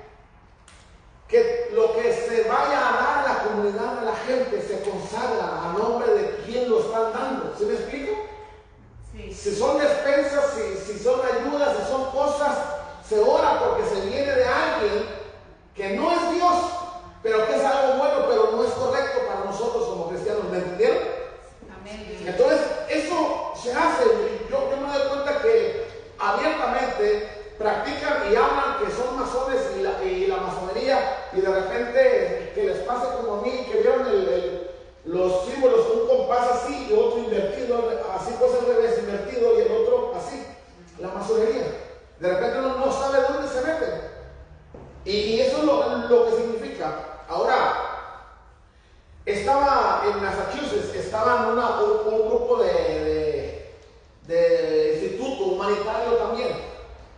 que lo que se vaya a dar a la comunidad, a la gente, se consagra a nombre de quien lo están dando. ¿Sí me explico? Sí. Si son despensas, si son ayudas, si son cosas, se ora porque se viene de alguien que no es Dios, pero que es algo bueno, pero no es correcto para nosotros como cristianos. ¿Me entendieron? Amén. Entonces, eso se hace. Yo me doy cuenta que abiertamente practican y hablan que son masones y la masonería, y de repente que les pase como a mí, que vieron los símbolos, un compás así y otro invertido, así pues al revés, invertido, y el otro así, la masonería. De repente uno no sabe dónde se mete. Y eso es lo que significa. Ahora, estaba en Massachusetts, estaba en un grupo de instituto humanitario también.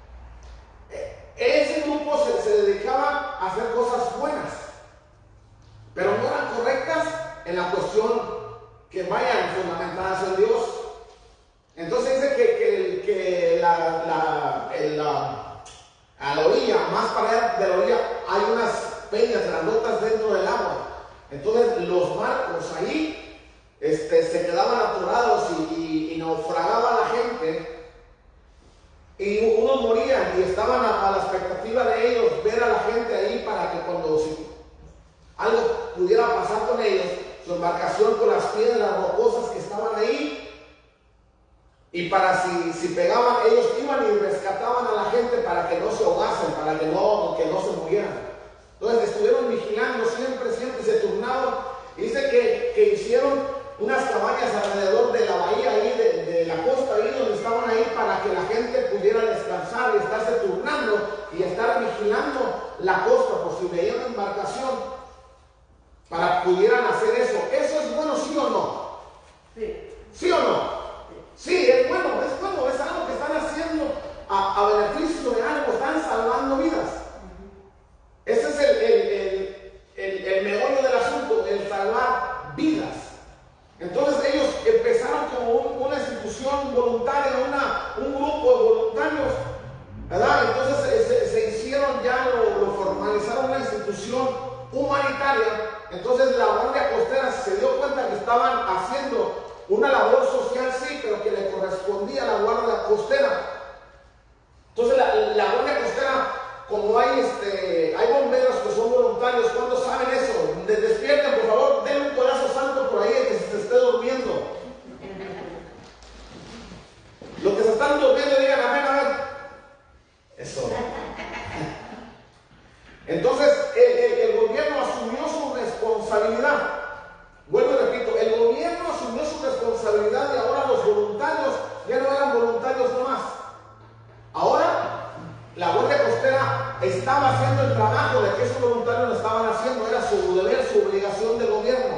Ese grupo se dedicaba a hacer cosas buenas, pero no eran correctas en la cuestión que vayan fundamentadas en Dios. Entonces dice que a la orilla, más para allá de la orilla, hay unas peñas grandotas dentro del agua. Entonces los barcos ahí se quedaban atorados y naufragaba la gente. Y unos morían y estaban a la expectativa de ellos ver a la gente ahí para que cuando algo pudiera pasar con ellos, su embarcación con las piedras rocosas que estaban ahí, y para si pegaban, ellos iban y rescataban a la gente para que no se ahogasen, para que no se murieran. Entonces estuvieron vigilando siempre se turnaban, y dice que hicieron unas cabañas alrededor de la bahía ahí, de la costa ahí donde estaban ahí, para que la gente pudiera descansar y estarse turnando y estar vigilando la costa por si veían una embarcación, para que pudieran hacer eso. ¿Eso es bueno, sí o no? Sí. ¿Sí o no? Sí, es bueno, es algo que están haciendo a beneficio de algo, están salvando vidas. Ese es el meollo del asunto, el salvar vidas. Entonces ellos empezaron como una institución voluntaria, un grupo de voluntarios, ¿verdad? Entonces se hicieron ya, lo formalizaron una institución humanitaria. Entonces la Guardia Costera se dio cuenta que estaban haciendo una labor social, sí, pero que le correspondía a la Guardia Costera. Entonces la Guardia Costera, como hay bomberos que son voluntarios, ¿cuándo saben eso? Despierten, por favor, denle un codazo santo por ahí que se esté durmiendo. Los que se están durmiendo digan amén, a ver. Eso. Entonces el gobierno asumió su responsabilidad. Vuelvo y repito, el gobierno asumió su responsabilidad y ahora los voluntarios ya no eran voluntarios nomás. Ahora la Guardia Costera estaba haciendo el trabajo de que esos voluntarios lo estaban haciendo, era su deber, su obligación del gobierno.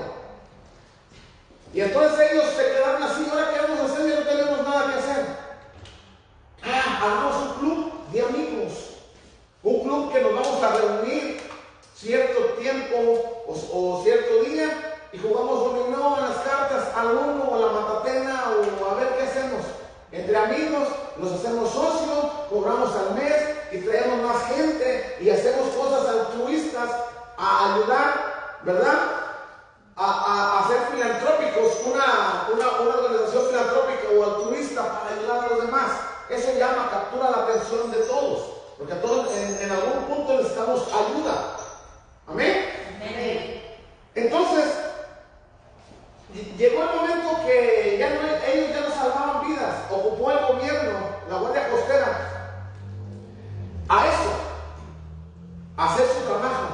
Y entonces ellos se quedaron así, ¿ahora qué vamos a hacer? Ya no tenemos nada que hacer. Hagamos un club de amigos, un club que nos vamos a reunir cierto tiempo o cierto día y jugamos dominó en las cartas al uno o la matatena o a ver qué hacemos. Entre amigos nos hacemos socios, cobramos al mes y traemos más gente y hacemos cosas altruistas a ayudar, ¿verdad? A ser filantrópicos, una organización filantrópica o altruista para ayudar a los demás. Eso llama captura la atención de todos, porque todos en algún punto necesitamos ayuda. ¿Amén? Amén. Entonces, llegó el momento que ellos ya no salvaban vidas. Ocupó el gobierno, la Guardia Costera, a eso, a hacer su trabajo.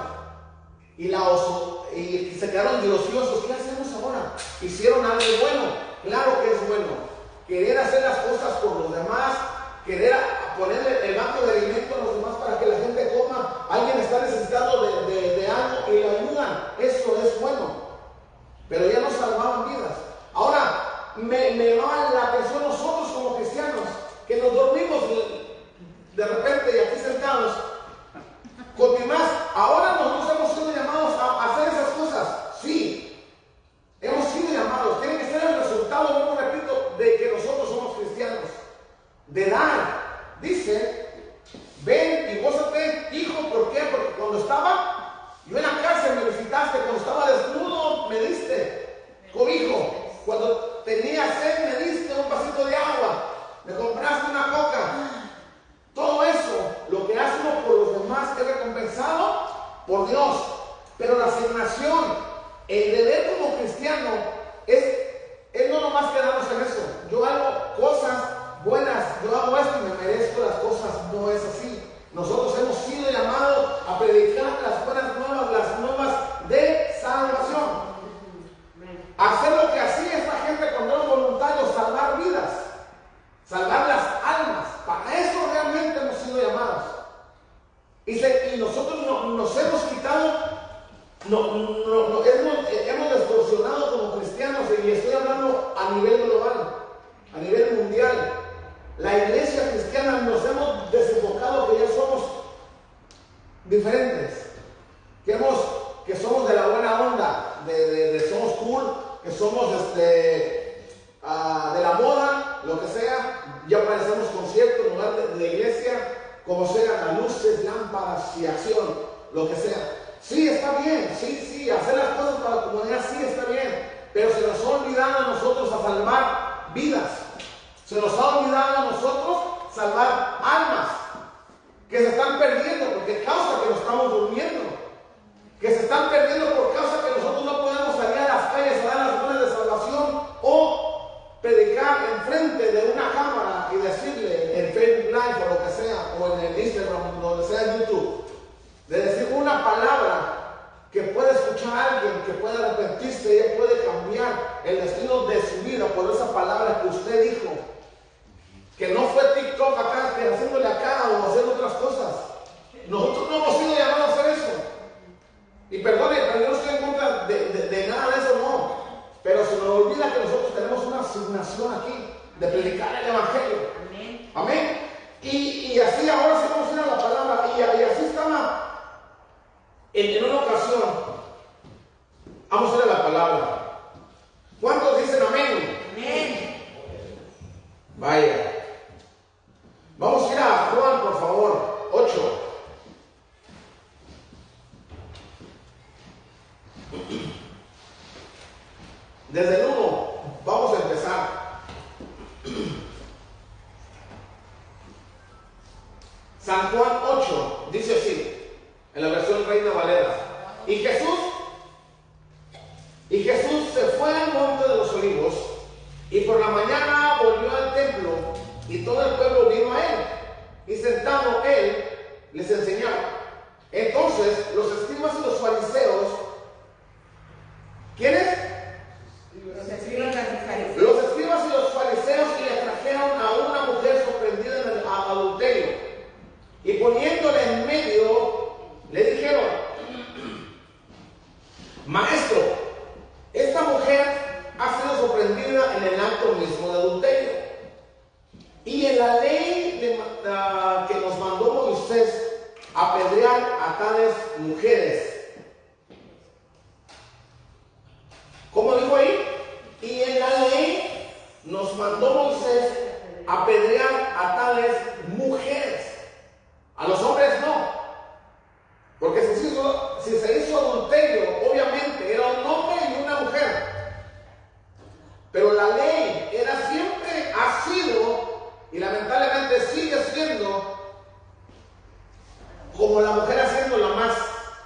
Y se quedaron ociosos. ¿Qué hacemos ahora? Hicieron algo bueno. Claro que es bueno. Querer hacer las cosas por los demás, querer ponerle el banco de alimento a los demás para que la gente coma. Alguien está necesitando de algo y le ayudan. Eso es bueno. Pero ya no salvaban vidas. Ahora, me llama la atención nosotros como cristianos, que nos dormimos de repente y aquí sentados, con mi más, ahora nosotros hemos sido llamados a hacer esas cosas. Sí, hemos sido llamados. Tiene que ser el resultado, como repito, de que nosotros somos cristianos. De dar. Dice, ven y gózate, hijo. ¿Por qué? Porque cuando estaba yo en la cárcel me visitaste, cuando estaba desnudo me diste cobijo, cuando tenía sed me diste un vasito de agua, me compraste una coca. Todo eso, lo que hace uno por los demás es recompensado por Dios. Pero la asignación, el deber como cristiano es no nomás quedarnos en eso. Yo hago cosas buenas, yo hago esto y me merezco las cosas. No es así. Nosotros hemos sido llamados a predicar las buenas nuevas, las nuevas de salvación. Hacer lo que hacía esta gente cuando eran voluntarios, salvar vidas, salvar las almas. Para eso realmente hemos sido llamados. Y nosotros nos hemos quitado, hemos distorsionado como cristianos, y estoy hablando a nivel global, a nivel mundial. La iglesia cristiana nos hemos desenfocado que ya somos diferentes, que somos de la buena onda, somos cool, que somos de la moda, lo que sea. Ya parecemos conciertos en lugar de iglesia, como sea, las luces, lámparas y acción, lo que sea. Sí, está bien, sí, hacer las cosas para la comunidad, sí, está bien, pero se nos ha olvidado a nosotros a salvar vidas. Se nos ha olvidado a nosotros salvar almas que se están perdiendo porque causa que nos estamos durmiendo, que se están perdiendo por causa que nosotros no podemos salir a las calles a dar las buenas de salvación o predicar enfrente de una cámara y decirle en Facebook Live o lo que sea, o en el Instagram, donde sea, en YouTube, de decir una palabra que puede escuchar a alguien, que puede arrepentirse y él puede cambiar el destino de su vida por esa palabra que usted dijo. Que no fue TikTok acá, que haciéndole acá o haciendo otras cosas. Nosotros no hemos sido llamados a hacer eso. Y perdone, pero yo no estoy en contra de nada de eso, no. Pero se nos olvida que nosotros tenemos una asignación aquí de predicar el Evangelio. Amén. Amén. Y así ahora sí vamos a ir a la palabra. Y así estaba en una ocasión. Vamos a ir a la palabra. ¿Cuántos dicen amén? Amén. Vaya. Vamos a ir a Juan, por favor, 8. Desde el 1 vamos a empezar. San Juan 8 dice así, en la versión Reina Valera. Y Jesús se fue al monte de los olivos y por la mañana volvió al templo y todo el pueblo vino a él y sentado él les enseñaba. Entonces los escribas y los fariseos, ¿quiénes? Los escribas y los fariseos, y le trajeron a una mujer sorprendida en el adulterio y poniéndole en medio le dijeron: Maestro, esta mujer ha sido sorprendida en el acto mismo de adulterio, y en la ley que nos mandó Moisés apedrear a tales mujeres. ¿Cómo dijo ahí? Y en la ley nos mandó Moisés apedrear a tales mujeres. A los hombres no. Porque si se hizo adulterio, obviamente era un hombre y una mujer. Pero la ley era siempre, ha sido, y lamentablemente sigue siendo, como la mujer haciendo la más,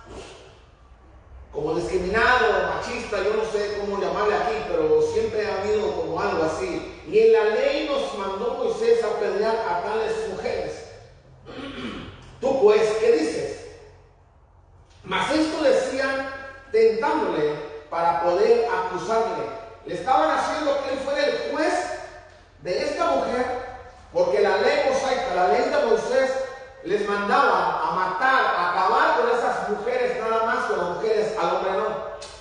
como discriminado, machista, yo no sé cómo llamarle aquí, pero siempre ha habido como algo así. Y en la ley nos mandó Moisés a apedrear a tales mujeres. Tú pues, ¿qué dices? Mas esto decían tentándole para poder acusarle. Le estaban haciendo que él fuera el juez de esta mujer, porque la ley mosaica, la ley de Moisés, les mandaba a matar, a acabar con esas mujeres nada más, con las mujeres, al hombre no.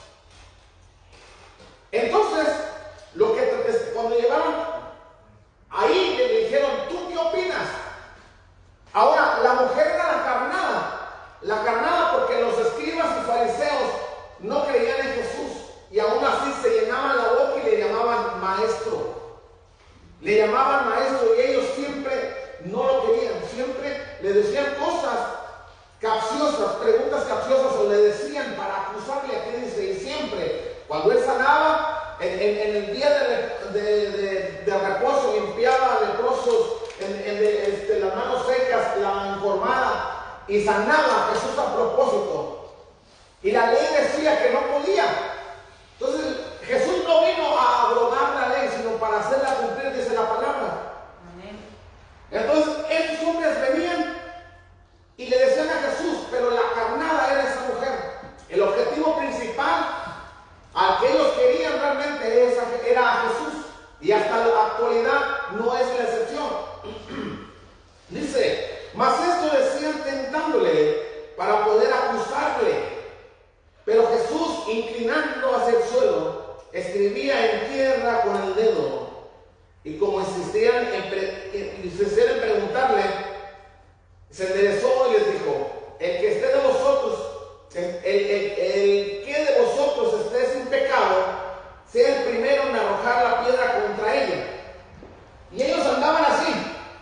Entonces, cuando llegaron ahí, le dijeron: ¿tú qué opinas? Ahora le decían cosas capciosas, preguntas capciosas, o le decían para acusarle. Aquí dice, y siempre, cuando él sanaba, en el día de reposo, limpiaba a leprosos, las manos secas, la encorvada, y sanaba a Jesús a propósito. Y la ley decía que no podía. Entonces, Jesús no vino a abrogar la ley, sino para hacerla cumplir, dice la palabra. Amén. Entonces, estos hombres venían y le decían a Jesús, pero la carnada era esa mujer. El objetivo principal al que ellos querían realmente era a Jesús. Y hasta la actualidad no es la excepción. Dice, mas esto decían tentándole para poder acusarle. Pero Jesús, inclinando hacia el suelo, escribía en tierra con el dedo. Y como insistían en preguntarle, se enderezó y les dijo, el que esté de vosotros, el que de vosotros esté sin pecado, sea el primero en arrojar la piedra contra ella. Y ellos andaban así,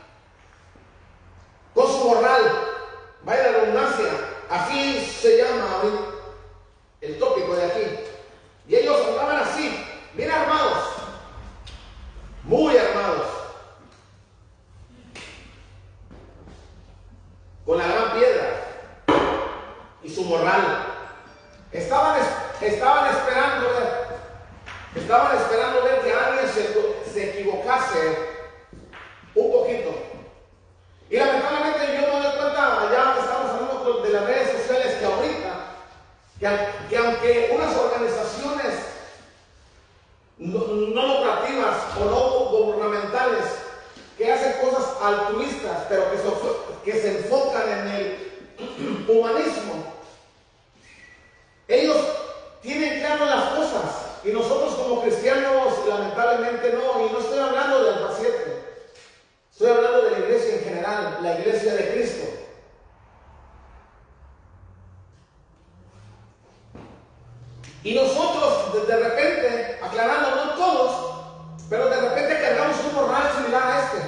con su morral, vaya la redundancia, así se llama el tópico de aquí. Y ellos andaban así, bien armados, muy armados, con la gran piedra y su morral. Estaban esperando ver que alguien se equivocase un poquito. Y lamentablemente yo me doy cuenta, ya que estamos hablando de las redes sociales, que ahorita, que aunque unas organizaciones no lucrativas o no gubernamentales que hacen cosas altruistas, pero que se enfocan en el humanismo, ellos tienen claro las cosas, y nosotros como cristianos lamentablemente no. Y no estoy hablando del paciente, estoy hablando de la iglesia en general, la iglesia de Cristo. Y nosotros de repente, aclarando, no todos, pero de repente cargamos un morral similar a este.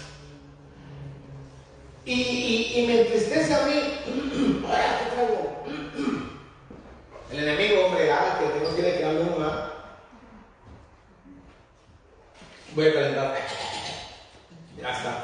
Y me entristece a mí. ¿Qué traigo? El enemigo, hombre, que no quiere que hable uno, ¿verdad? Voy a calentar. Ya está.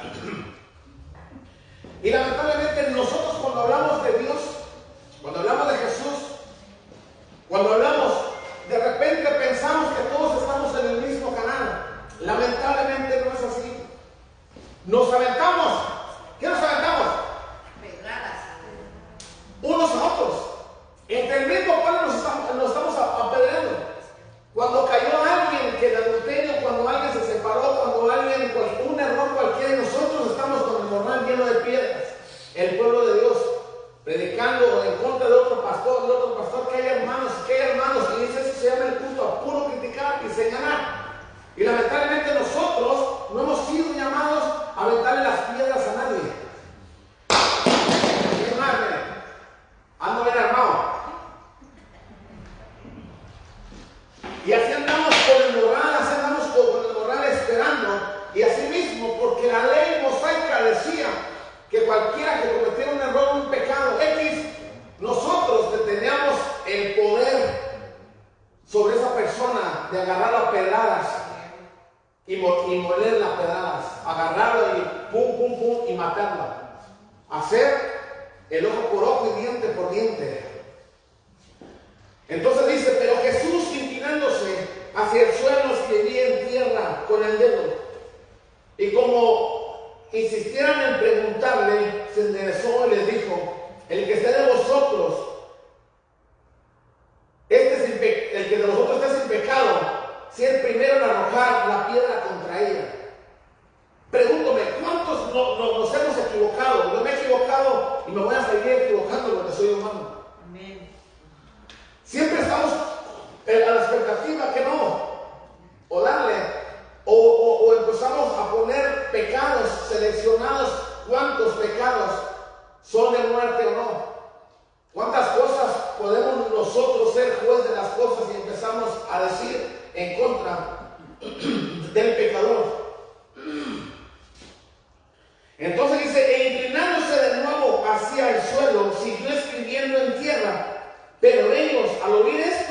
Y lamentablemente nosotros, cuando hablamos de Dios, cuando hablamos de Jesús, cuando hablamos, de repente pensamos que todos estamos en el mismo canal. Lamentablemente no es así. Nos aventamos. ¿Qué nos aventamos? Pedradas. Unos a otros. Entre el mismo pueblo nos estamos apedreando. Cuando cayó alguien que de adulterio, cuando alguien se separó, cuando alguien, un error cualquiera, nosotros estamos con el morral lleno de piedras. El pueblo de Dios, predicando en contra de otro pastor, que hay hermanos, y eso se llama el culto a puro criticar y señalar. Y lamentablemente nosotros no hemos sido llamados a aventarle las piedras a nadie. Ando bien armado. Y así andamos con el morral, esperando. Y así mismo, porque la ley mosaica decía que cualquiera que cometiera un error, un pecado X, nosotros teníamos el poder sobre esa persona de agarrarla a pedradas y molerla a pedradas, agarrarla y pum, pum, pum, y matarla. Hacer el ojo por ojo y diente por diente. Entonces dice, pero Jesús, inclinándose hacia el suelo, escribía en tierra con el dedo. Y como insistieran en preguntarle, se enderezó y les dijo, el que esté de vosotros, el que de vosotros esté sin pecado, sea el primero en arrojar la piedra contra ella. Pregúntame, ¿cuántos nos hemos equivocado? Yo me he equivocado y me voy a seguir equivocando porque soy humano. Amén. Siempre estamos a la expectativa que no, o darle, o empezamos a poner pecados seleccionados. ¿Cuántos pecados son de muerte o no? ¿Cuántas cosas podemos nosotros ser juez de las cosas y empezamos a decir en contra del pecador? Entonces dice, e inclinándose de hacia el suelo, siguió escribiendo en tierra. Pero ellos, al oír esto,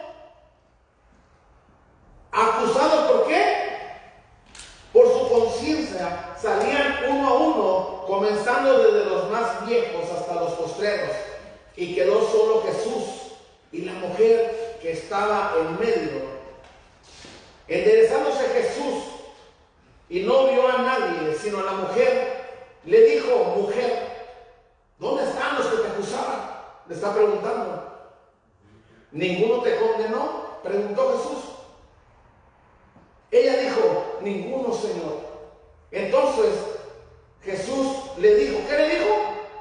acusados, ¿por qué? Por su conciencia, salían uno a uno, comenzando desde los más viejos hasta los postreros, y quedó solo Jesús y la mujer que estaba en medio. Enderezándose Jesús y no vio a nadie, sino a la mujer, le dijo: mujer, ¿dónde están los que te acusaban? Le está preguntando. ¿Ninguno te condenó?, preguntó Jesús. Ella dijo: ninguno, Señor. Entonces Jesús le dijo, ¿qué le dijo?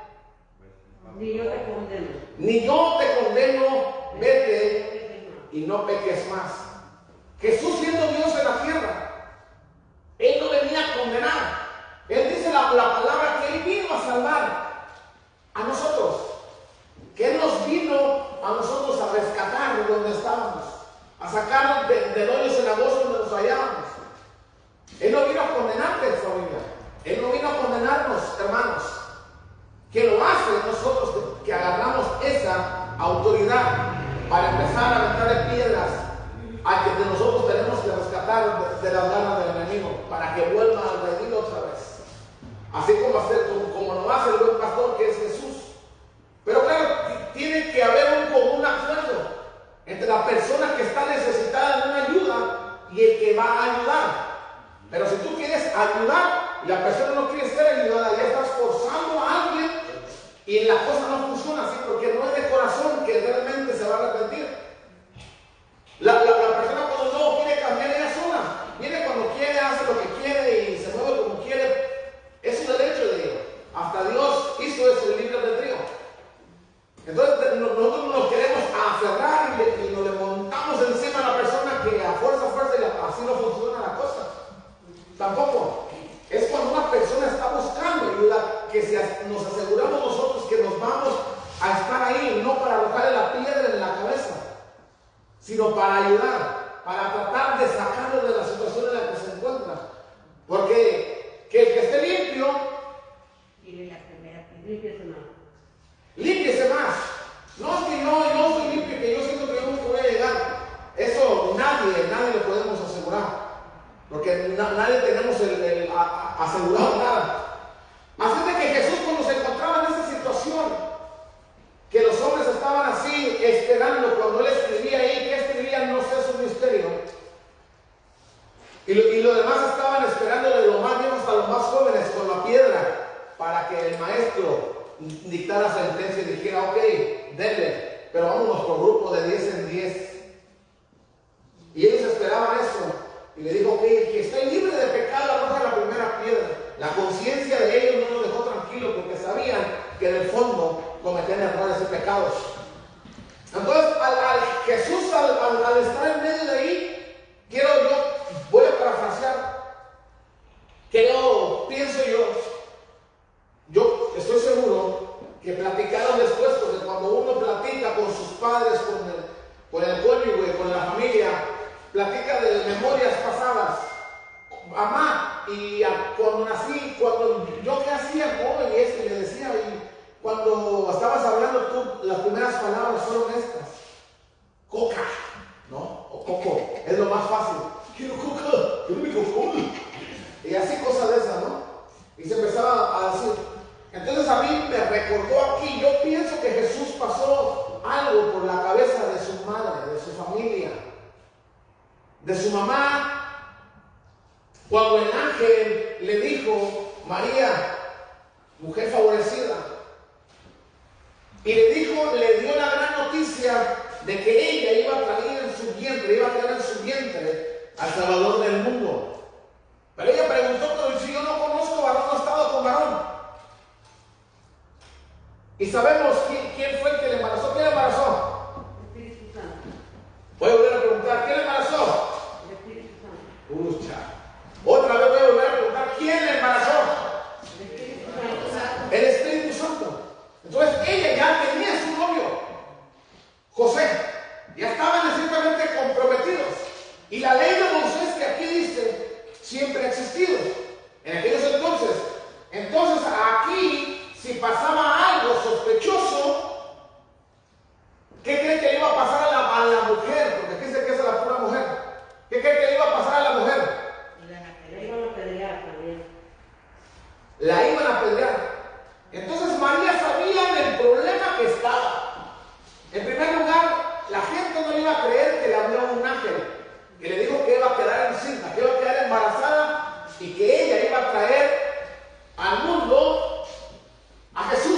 Ni yo te condeno. Ni yo te condeno, vete y no peques más. Jesús, siendo Dios en la tierra, Él no venía a condenar. Él dice la palabra que Él vino a salvar a nosotros, que Él nos vino a nosotros a rescatar de donde estábamos, a sacarnos del hoyo cenagoso donde nos hallábamos. Él no vino a condenarte, familia. Él no vino a condenarnos, hermanos. Que lo hace nosotros, que agarramos esa autoridad para empezar a aventar piedras a que de nosotros tenemos que rescatar de las garras del enemigo, para que vuelva al redil otra vez. Así como lo hace el buen pastor, que es Jesús. Pero claro, tiene que haber un común acuerdo entre la persona que está necesitada de una ayuda y el que va a ayudar. Pero si tú quieres ayudar y la persona no quiere ser ayudada, ya estás forzando a alguien y la cosa no funciona así, porque no es de corazón que realmente se va a arrepentir. La persona cuando no quiere cambiar ella sola, viene cuando quiere, hace lo que quiere y se mueve como quiere. Es un derecho de Dios. Hasta Dios hizo ese libre albedrío. Entonces nosotros nos queremos aferrar y nos le montamos encima a la persona, que a fuerza y así no funciona la cosa. Tampoco. Es cuando una persona está buscando ayuda que nos aseguramos nosotros que nos vamos a estar ahí, no para arrojarle la piedra en la cabeza, sino para ayudar, para tratar de sacarlo de la situación en la que se encuentra. Porque que el que esté limpio, Dile la primera, límpiese más. límpiese más. No es que yo soy limpio, que yo siento que yo nunca voy a llegar. Eso nadie le podemos asegurar. Porque nadie tenemos asegurado nada. Así de que Jesús, cuando se encontraba en esa situación, que los hombres estaban así esperando, cuando Él escribía ahí, ¿qué escribían? No sé, es un misterio. Y los demás estaban esperando, de los más viejos hasta los más jóvenes, con la piedra, para que el maestro dictara sentencia y dijera: ok, denle, pero vámonos por grupo de 10 en 10. Y ellos esperaban eso. Y le dijo: ok, el que esté libre de pecado arroja la primera piedra. La conciencia de ellos no los dejó tranquilos, porque sabían que en el fondo cometían errores y pecados. Entonces, Jesús, al estar en medio de ahí, voy a parafrasear, pienso yo estoy seguro que platicaron después, porque cuando uno platica con sus padres, con el cónyuge, con la familia, platica de memorias pasadas. Mamá, y cuando nací, yo qué hacía joven y eso, y le decía, y cuando estabas hablando tú, las primeras palabras fueron estas: coca, ¿no? O coco, es lo más fácil. Quiero coca, quiero mi cocón. Y así cosas de esas, ¿no? Y se empezaba a decir. Entonces a mí me recordó aquí, yo pienso que Jesús pasó algo por la cabeza de su madre, de su familia, de su mamá, cuando el ángel le dijo: María, mujer favorecida, y le dio la gran noticia de que ella iba a traer en su vientre, iba a traer en su vientre al Salvador del mundo. Pero ella preguntó: pero si yo no conozco varón, no he estado con varón. Y sabemos quién fue el que le embarazó. ¿Quién le embarazó? El Espíritu Santo. Voy a volver a preguntar: ¿quién le embarazó? El Espíritu Santo. Pucha. Otra vez voy a volver a preguntar: ¿quién le embarazó? El Espíritu Santo. El Espíritu Santo. Entonces ella ya tenía su novio, José. Ya estaban necesariamente comprometidos. Y la ley de Moisés, que aquí dice, siempre ha existido en aquellos entonces. Entonces aquí, si pasaba algo que ella iba a traer al mundo a Jesús.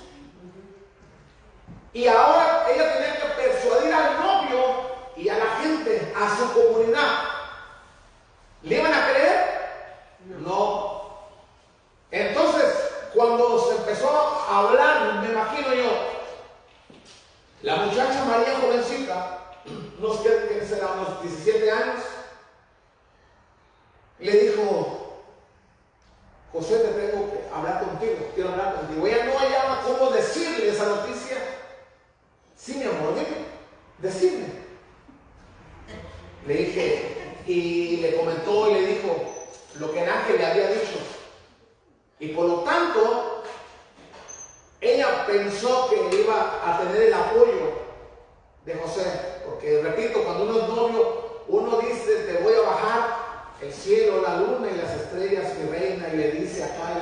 Y ahora ella tenía que persuadir al novio y a la gente, a su comunidad. ¿Le iban a creer? No. Entonces, cuando se empezó a hablar, me imagino yo, la muchacha María jovencita, no sé qué será, unos 17 años, le dijo: José, te tengo que hablar contigo, quiero hablar contigo. Ella no hallaba cómo decirle esa noticia. Sí, mi amor, dime, decime. Le dije, y le comentó y le dijo lo que el ángel le había dicho. Y por lo tanto, ella pensó que iba a tener el apoyo de José. Porque, repito, cuando uno es novio, uno dice: te voy a bajar el cielo, la luna y las estrellas, mi reina, y le dice acá,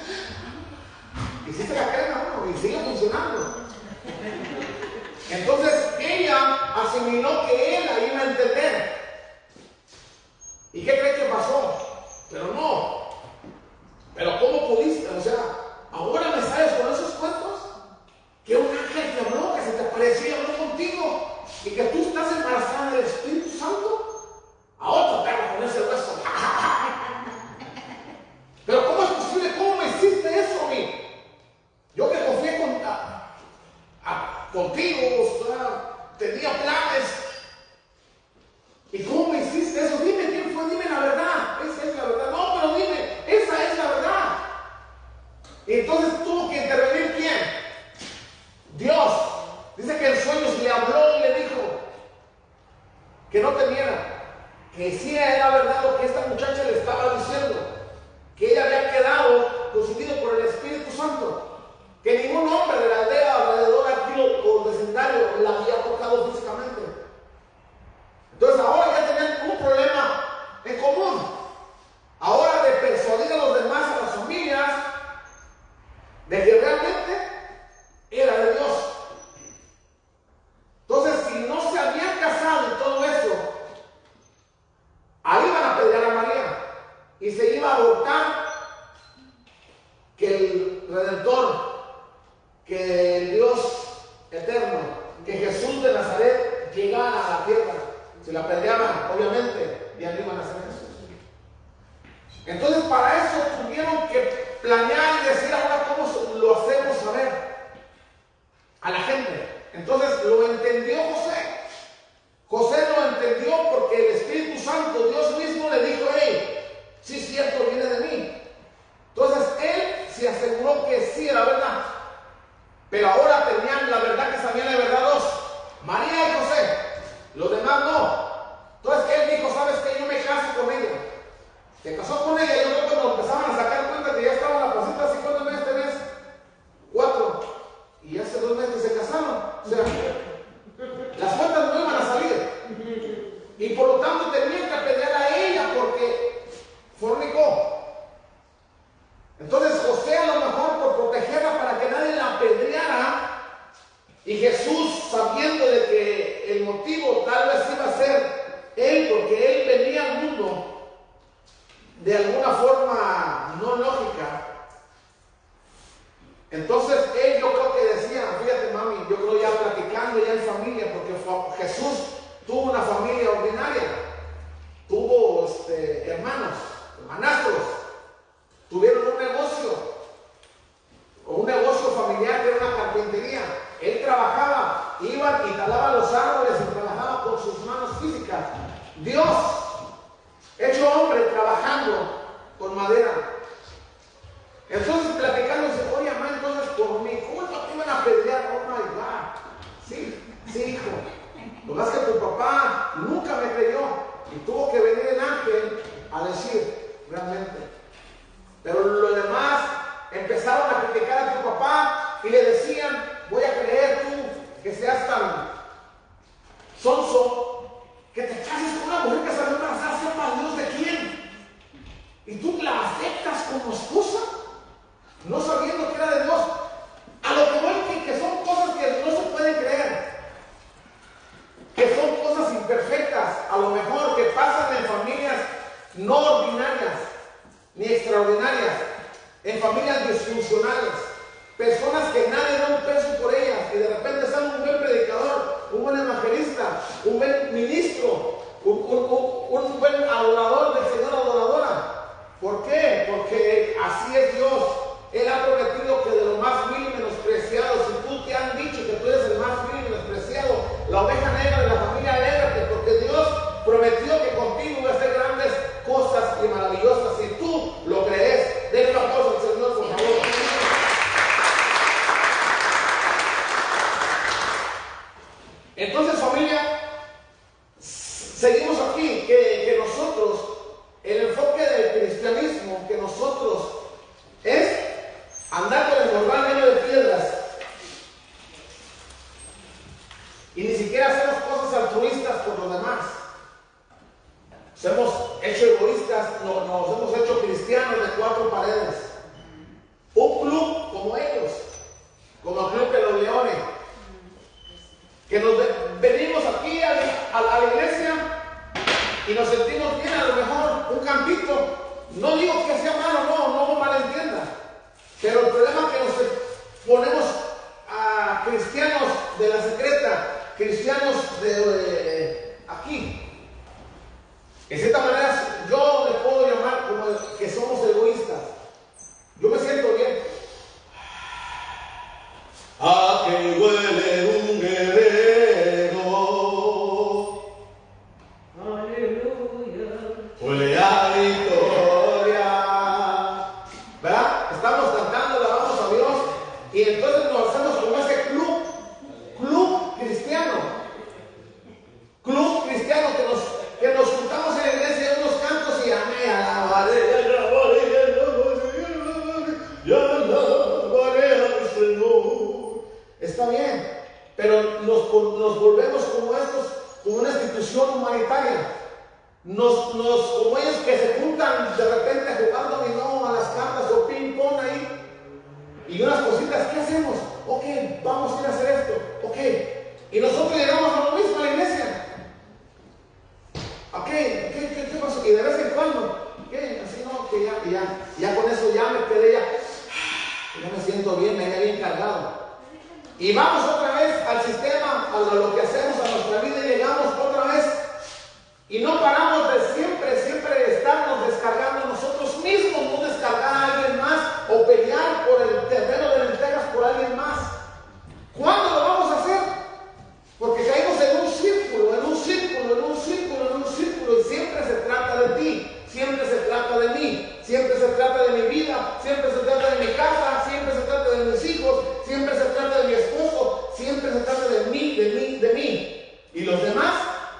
y si se la creen a uno, y sigue funcionando. Entonces ella asimiló que él la iba a entender. ¿Y qué cree que pasó? Pero no. Pero ¿cómo pudiste? O sea, ahora me sales con esos cuentos, que un ángel te habló, que se te apareció y habló contigo, y que tú estás embarazada del Espíritu Santo. A otro perro con ese hueso. Pero ¿cómo es posible? ¿Cómo me hiciste eso a mí? Yo que confié contigo, o sea, tenía planes. ¿Y cómo me hiciste eso? Dime quién fue, dime la verdad. Esa es la verdad. No, pero dime, esa es la verdad. Y entonces tuvo que intervenir ¿quién? Dios. Dice que en sueños le habló y le dijo que no temiera, que sí era verdad lo que esta muchacha le estaba diciendo, que ella había quedado poseído por el Espíritu Santo, que ningún hombre de la aldea alrededor aquí o vecindario la había tocado físicamente. Entonces ahora ya tenían un problema en común. Ahora de persuadir a los demás, a las familias, de que realmente era de Dios. Entonces, si no se habían casado y todo eso, ahí iban a apedrear a María y se iba a abortar que el Redentor, que el Dios eterno, que Jesús de Nazaret llegara a la tierra. Si la apedreaban, obviamente, ya no iban a hacer eso. Entonces, para eso tuvieron que planear y decir: ahora cómo lo hacemos saber a la gente. Entonces lo entendió José. José lo entendió porque el Espíritu Santo, Dios mismo, le dijo: hey, sí es cierto, viene de mí. Entonces él se aseguró que sí era verdad. Pero ahora tenían la verdad, que sabían la verdad dos: María y José. Los demás no. Entonces él dijo: ¿sabes qué? Yo me caso con ella. Se casó con ella. Yo creo que cuando empezaban a sacar cuenta que ya estaba en la pasita, así, ¿cuántos meses tenés? 4. Y hace 2 meses se casaron. O sea, las cuentas no iban a salir. Y por lo tanto tenían que apedrear a ella porque fornicó. Entonces José, a lo mejor por protegerla, para que nadie la apedreara, y Jesús, sabiendo de que el motivo tal vez iba a ser él, porque él venía al mundo de alguna forma no lógica. Entonces él, yo creo que decía, fíjate mami, yo creo ya platicando ya en familia, porque Jesús tuvo una familia ordinaria, tuvo hermanos, hermanastros, tuvieron un negocio familiar que era una carpintería. Él trabajaba, iba y talaba los árboles y trabajaba con sus manos físicas. Dios, hecho hombre, trabajando con madera. Entonces platicando, dice: oye, mamá, entonces por mi culpa te iban a apedrear. Oh my God. Sí, hijo. Lo más que tu papá nunca me creyó y tuvo que venir el ángel a decir realmente. Pero los demás empezaron a criticar a tu papá y le decían: voy a creer tú que seas tan sonso que te cases con una mujer que salió embarazada, sepa Dios de quién, y tú la aceptas como esposa, no sabiendo que era de Dios. A lo que voy, que son cosas que no se pueden creer, que son cosas imperfectas, a lo mejor que pasan en familias no ordinarias. personas que nadie da un peso por ellas, y de repente sale un buen predicador, un buen evangelista, un buen ministro, un buen adorador del Señor, adoradora. ¿Por qué? Porque así es Dios. Él ha prometido que de lo más vil y menospreciado, si tú te han dicho que tú eres el más vil y menospreciado, la oveja negra de la familia, alégrate, porque Dios prometió que contigo iba a hacer grandes cosas y maravillosas. Si tú lo crees, denle un aplauso al Señor, por favor. Entonces, familia, seguimos aquí, que nosotros, el enfoque del cristianismo, que nosotros es andar con el morral lleno de piedras y ni siquiera hacemos cosas altruistas por los demás. Nos hemos hecho egoístas, nos hemos hecho cristianos de cuatro paredes. Un club como ellos, como el Club de los Leones, que nos venimos aquí a la iglesia y nos sentimos bien, a lo mejor un campito. No digo que sea malo, no me malentienda, pero el problema es que nos ponemos a cristianos de la secreta, cristianos de aquí. En cierta manera yo le puedo llamar como que somos egoístas. Yo me siento bien. ¿A qué huele un guerrero? Aleluya. Huele a victoria. ¿Verdad? Estamos cantando, alabamos a Dios, y entonces nos hacemos como ese club cristiano. Club cristiano que nos juntamos en la iglesia en unos cantos y amé, alabaré al Señor. Está bien, pero nos volvemos como estos, como una institución humanitaria. Como ellos que se juntan de repente a jugar dominó, a las cartas o ping pong ahí, y unas cositas, ¿qué hacemos? Ok, vamos a ir a hacer esto, ok, y nosotros llegamos a lo mismo a la iglesia. Ok, ¿qué pasó? Y de vez en cuando, ¿qué? Así no, que ya con eso ya me quedé, ya me siento bien, me quedé bien cargado. Y vamos otra vez al sistema, a lo que hacemos, a nuestra vida, y llegamos otra vez. Y no paramos de siempre estarnos descargando nosotros mismos, no descargar a alguien más o pelear por el terreno de lentejas por alguien más. ¿Cuándo lo vamos a hacer? Porque caímos en un círculo, y siempre se trata de ti, siempre se trata de mí, siempre se trata de mi vida, siempre se trata de mi casa, siempre se trata de mis hijos, siempre se trata de mi esposo, siempre se trata de mí. ¿Y los demás?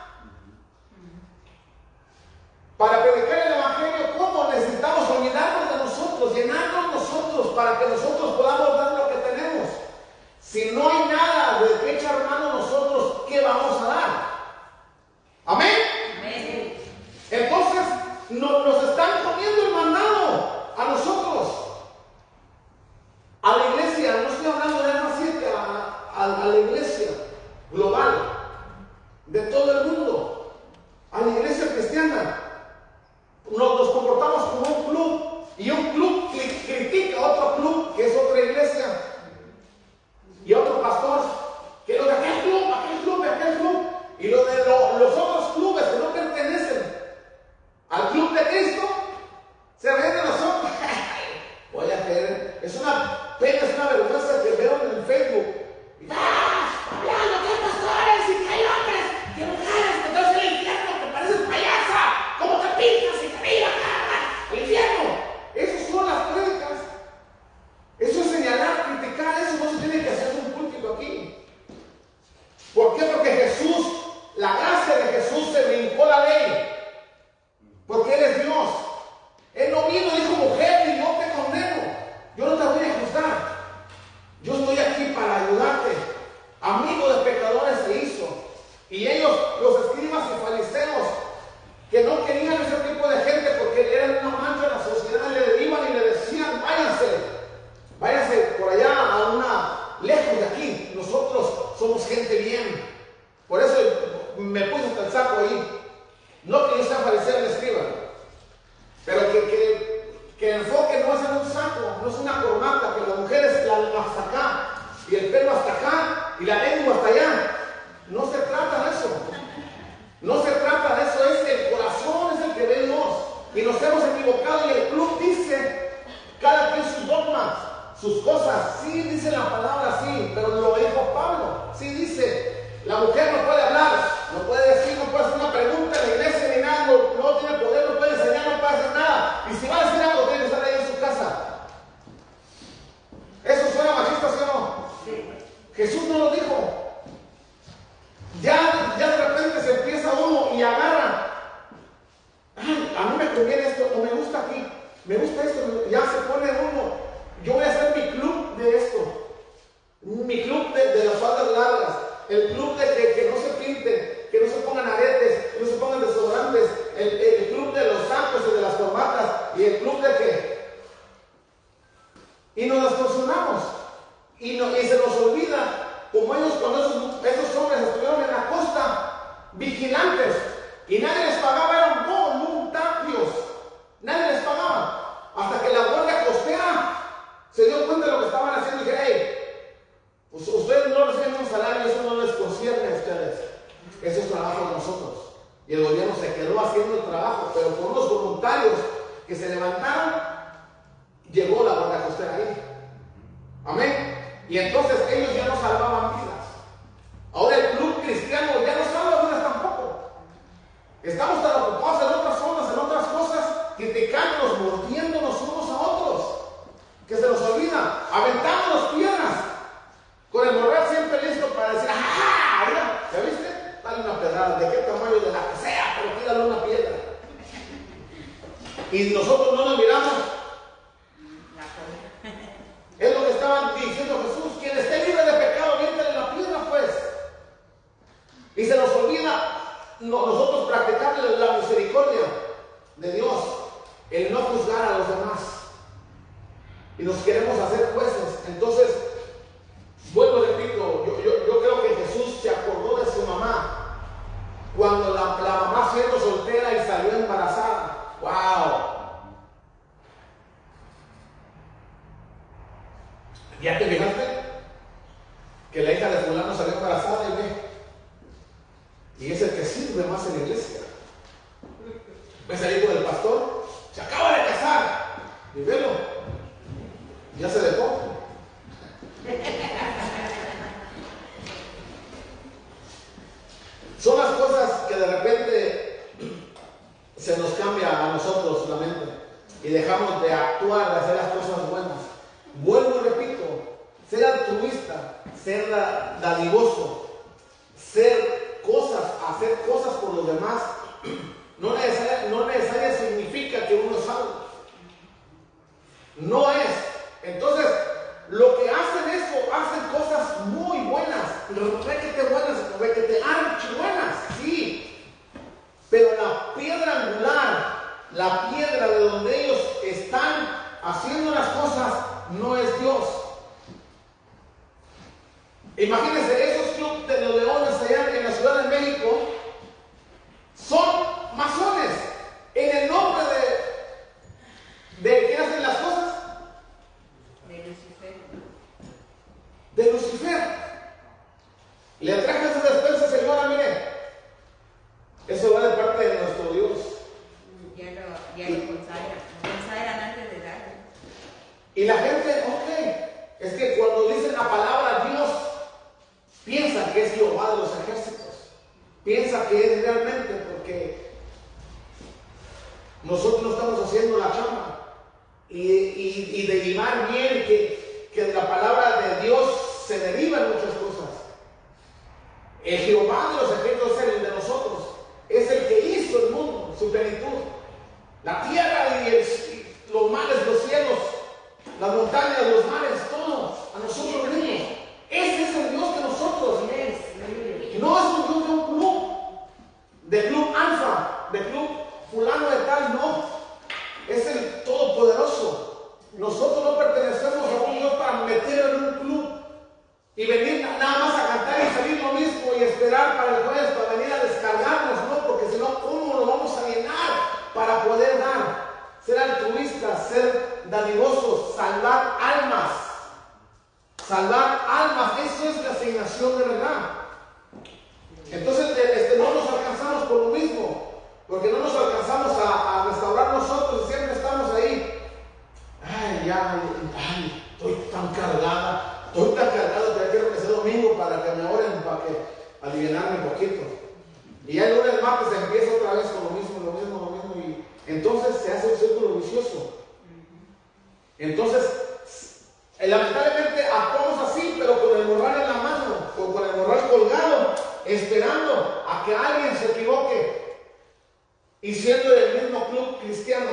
Para predicar el evangelio, ¿cómo? Necesitamos olvidarnos de nosotros, llenarnos nosotros, para que nosotros podamos dar lo que tenemos. Si no hay nada de que echar mano nosotros, ¿qué vamos a dar? ¿Amén? Amén. Entonces, nos están poniendo el mandado a nosotros, a la iglesia. No estoy hablando de M7, a la iglesia global, de todo el mundo, a la iglesia cristiana. Nos comportamos como un club, y un club critica a otro club, que es otra iglesia, y otro pastor, que lo de aquel club, y lo de los otros clubes que no pertenecen al club de Cristo, se ríen de nosotros. Voy a creer, es una pena, es una vergüenza que veo en el Facebook. Hablando que hay pastores y que hay hombres, que mujeres, que todos en el infierno, que pareces payasa, como te pintas y te miras al infierno. Esas son las prédicas. Eso es señalar, criticar, eso no se tiene que hacer en un púlpito aquí. ¿Por qué? Porque Jesús, la gracia de Jesús se brincó la ley. Porque Él es Dios. Él no vino y dijo, mujer, ni yo te condeno. Yo no te voy a juzgar. Yo estoy aquí para ayudarte. sus cosas. Sí dice la palabra, sí, pero lo dijo Pablo. Sí dice, la mujer no puede hablar, no puede decir, no puede hacer una pregunta en la iglesia ni nada, no tiene poder, no puede enseñar, no puede hacer nada. Y si va a decir algo, tiene que estar ahí en su casa. ¿Eso suena machista, sí o no? Sí. Jesús no lo dijo. Ya de repente se empieza uno y agarra. Ay, a mí me conviene esto, o me gusta aquí, me gusta esto, ya se pone uno. Yo voy a hacer mi club de esto, mi club de las faldas largas, el club de que no se pinten, que no se pongan aretes, que no se pongan desodorantes, el club de los sacos y de las corbatas, y el club de que. Y nos distorsionamos, y se nos olvida. Como ellos, cuando esos hombres estuvieron en la costa, vigilantes, y nadie les pagaba, eran voluntarios, nadie les pagaba, hasta que la guardia costera se dio cuenta de lo que estaban haciendo y dije, hey, pues ustedes no reciben un salario, eso no les concierne a ustedes, eso es trabajo de nosotros. Y el gobierno se quedó haciendo el trabajo, pero por unos voluntarios que se levantaron, llegó la guardia costera ahí. Amén. Y entonces ellos ya no salvaban vidas. Ahora el club cristiano ya no salva vidas tampoco. Estamos tan ocupados en otras zonas, en otras cosas, criticándonos, mordiéndonos unos a otros, que se nos olvida, aventándonos piedras, con el morral siempre listo para decir, ¡ah! Mira, ¿ya viste? Dale una pedrada, ¿de qué tamaño? De la que sea, pero tírale una piedra. Y nosotros no nos miramos. Es lo que estaban diciendo Jesús, quien esté libre de pecado, aviéntale la piedra pues. Y se nos olvida nosotros practicarle la misericordia de Dios, el no juzgar a los demás. Y nos queremos hacer jueces. Entonces, vuelvo y repito, yo creo que Jesús se acordó de su mamá cuando la mamá siendo soltera y salió embarazada. ¡Wow! ¿Ya te fijaste? Que la hija de fulano salió embarazada y ve. Y es el que sirve más en la iglesia. ¿Ves al hijo del pastor? Se acaba de casar. Y velo. Ya se dejó. Son las cosas que de repente se nos cambia a nosotros la mente. Y dejamos de actuar, de hacer las cosas buenas. Vuelvo y repito, ser altruista, ser dadivoso, hacer cosas por los demás, no necesariamente significa que uno es salvo. No es. Entonces, lo que hacen eso, hacen cosas muy buenas, requete archibuenas, sí. Pero la piedra angular, la piedra de donde ellos están haciendo las cosas, no es Dios. Imagínense, esos clubes de los leones allá en la Ciudad de México son masones en el nombre de ¿quién hacen las cosas? De Lucifer. Le traje esa despensa, señora, mire. Eso va de parte de nuestro Dios. Ya lo consagran antes de darle. Y la gente, ok, es que cuando dicen la palabra Dios, piensa que es Jehová de los ejércitos. Piensa que es realmente, porque nosotros no estamos haciendo la chamba. Y derivar bien que de la palabra de Dios se derivan muchas cosas. El Jehová de los ejércitos es el de nosotros. Es el que hizo el mundo, su plenitud. La tierra y los mares, los cielos, las montañas, los mares, todo, a nosotros mismos. Ese es el Dios de nosotros. No es un Dios de un club, de club alfa, de club fulano de tal, no. Es el todopoderoso. Nosotros no pertenecemos a un Dios para meterlo en un club y venir nada más a cantar y salir lo mismo y esperar para el jueves para venir a descargarnos, no, porque si no, ¿cómo lo vamos a llenar para poder dar? Ser altruistas, ser dadivosos, salvar almas. Salvar almas, eso es la asignación de verdad. Entonces no nos alcanzamos por lo mismo, porque no nos alcanzamos a restaurar nosotros y siempre estamos ahí. Ay, ya, estoy Estoy tan cargado que ya quiero que sea domingo para que me oren, para que alivianarme un poquito. Y ya el lunes, martes empieza otra vez con lo mismo. Y entonces se hace un círculo vicioso. Entonces, lamentablemente actuamos así, pero con el morral en la mano, o con el morral colgado, esperando a que alguien se equivoque. Y siendo del mismo club cristiano.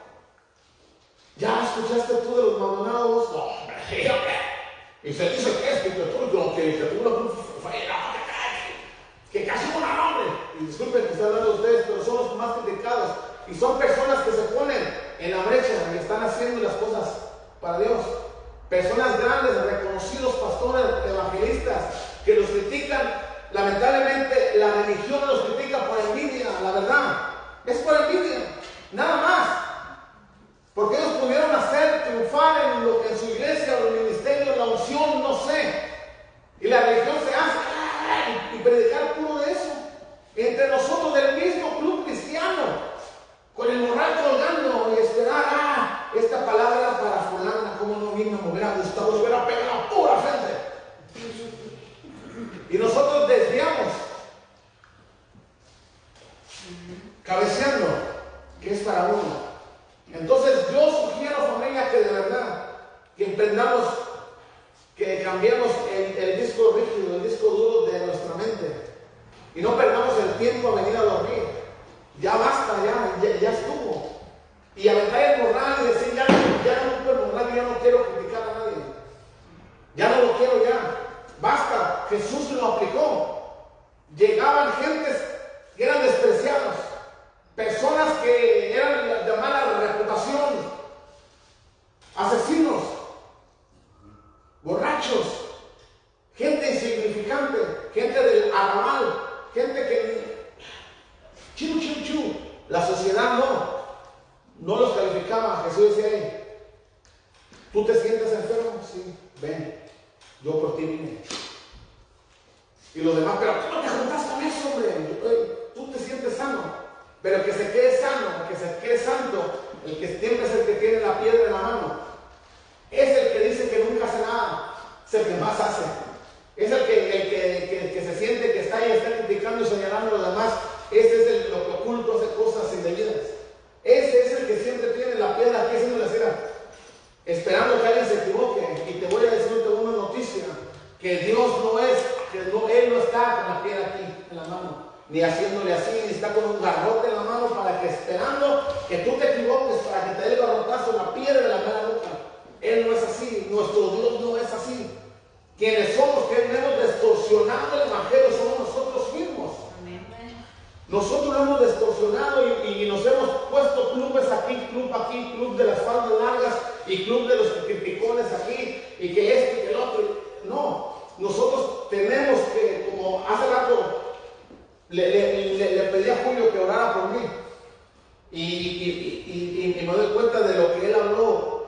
¿Ya escuchaste tú de los Maldonados? No, y se dice que es que tuvo una cruz que casi un hombre. Y disculpen que esté hablando de ustedes, pero son los más criticados. Y son personas que se ponen en la brecha y están haciendo las cosas para Dios. Personas grandes, reconocidos pastores, evangelistas, que los critican. Lamentablemente la religión los critica por envidia, la verdad. Es por envidia, nada más. Porque ellos pudieron hacer, triunfar en su iglesia o en el ministerio, la unción, no sé. Y la religión se hace y predicar puro de eso. Entre nosotros del mismo club cristiano, con el morral colgando y esperar, esta palabra era para fulana, como no vino, me hubiera gustado, me hubiera pegado pura frente. Y nosotros desviamos, cabeceando, que es para uno. Entonces yo sugiero, familia, que de verdad que emprendamos, que cambiemos el disco rígido, el disco duro de nuestra mente y no perdamos el tiempo a venir a dormir. Ya basta, ya estuvo. Y aventar el morral y decir, ya no ocupo el morral, ya no quiero criticar a nadie, ya no lo quiero, ya basta. Jesús lo aplicó. Llegaban gentes que eran despreciados, personas que eran de mala reputación, asesinos, borrachos, gente insignificante, gente del arrabal, gente que la sociedad no los calificaba. Jesús decía, hey, ¿tú te sientes enfermo? Sí, ven, yo por ti vine. Y los demás, pero ¿cómo te juntas con eso, hombre? Tú te sientes sano. Pero el que se quede sano, el que se quede santo, el que siempre es el que tiene la piedra en la mano, es el que dice que nunca hace nada, es el que más hace. Es el que se siente que está ahí, está criticando y señalando a los demás. Ese es lo que oculto, hace cosas indebidas. Ese es el que siempre tiene la piedra aquí haciendo la cera, esperando que alguien se equivoque. Y te voy a decir una noticia, que Dios no es, Él no está con la piedra aquí en la mano, ni haciéndole así, ni está con un garrote en la mano para que esperando que tú te equivoques, para que te dé el garrotazo en la piedra de la mera boca. Él no es así, nuestro Dios no es así. Quienes somos, que hemos distorsionado el evangelio, somos nosotros mismos. Nosotros lo hemos distorsionado y nos hemos puesto clubes aquí, club de las faldas largas y club de los criticones aquí, y que este y que el otro. No, nosotros tenemos que, como hace rato le pedí a Julio que orara por mí, y me doy cuenta de lo que él habló.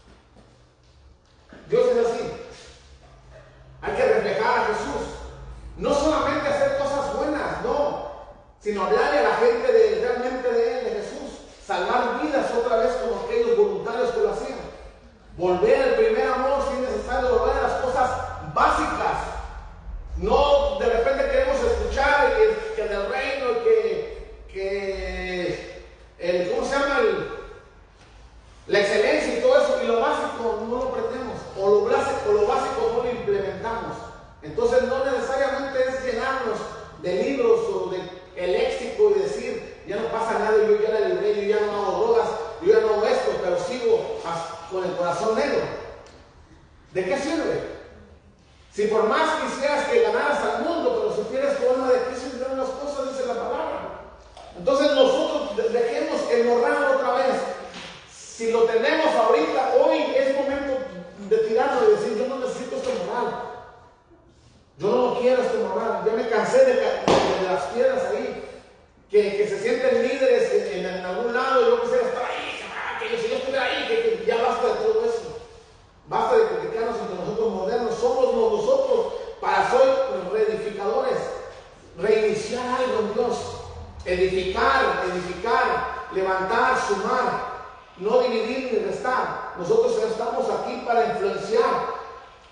Dios es así. Hay que reflejar a Jesús. No solamente hacer cosas buenas, no, sino hablarle a la gente realmente de Él, de Jesús. Salvar vidas otra vez como aquellos voluntarios que lo hacían. Volver al primer amor si es necesario, volver a las cosas básicas. No de repente queremos escuchar que del reino, ¿cómo se llama? La excelencia y todo eso, y lo básico no lo aprendemos, o lo básico no lo implementamos. Entonces no necesariamente es llenarnos de libros o de el léxico y decir, ya no pasa nada, yo ya la libré, yo ya no hago drogas, yo ya no hago esto, pero sigo con el corazón negro. ¿De qué sirve? Si por más quisieras que ganaras al mundo, pero supieras tu alma, ¿de qué sirvieron las cosas? Dice la palabra. Entonces nosotros dejemos el morral otra vez. Si lo tenemos ahorita, hoy es momento de tirarlo y decir, yo no necesito este morral. Yo no quiero este morral. Ya me cansé de las piedras ahí. Que se sienten líderes en algún lado. Yo quisiera estar ahí, que si yo estuviera ahí, que ya basta de todo eso. Basta de criticarnos entre nosotros modernos. Somos nosotros para ser reedificadores. Reiniciar algo en Dios. Edificar, levantar, sumar. No dividir ni restar. Nosotros estamos aquí para influenciar,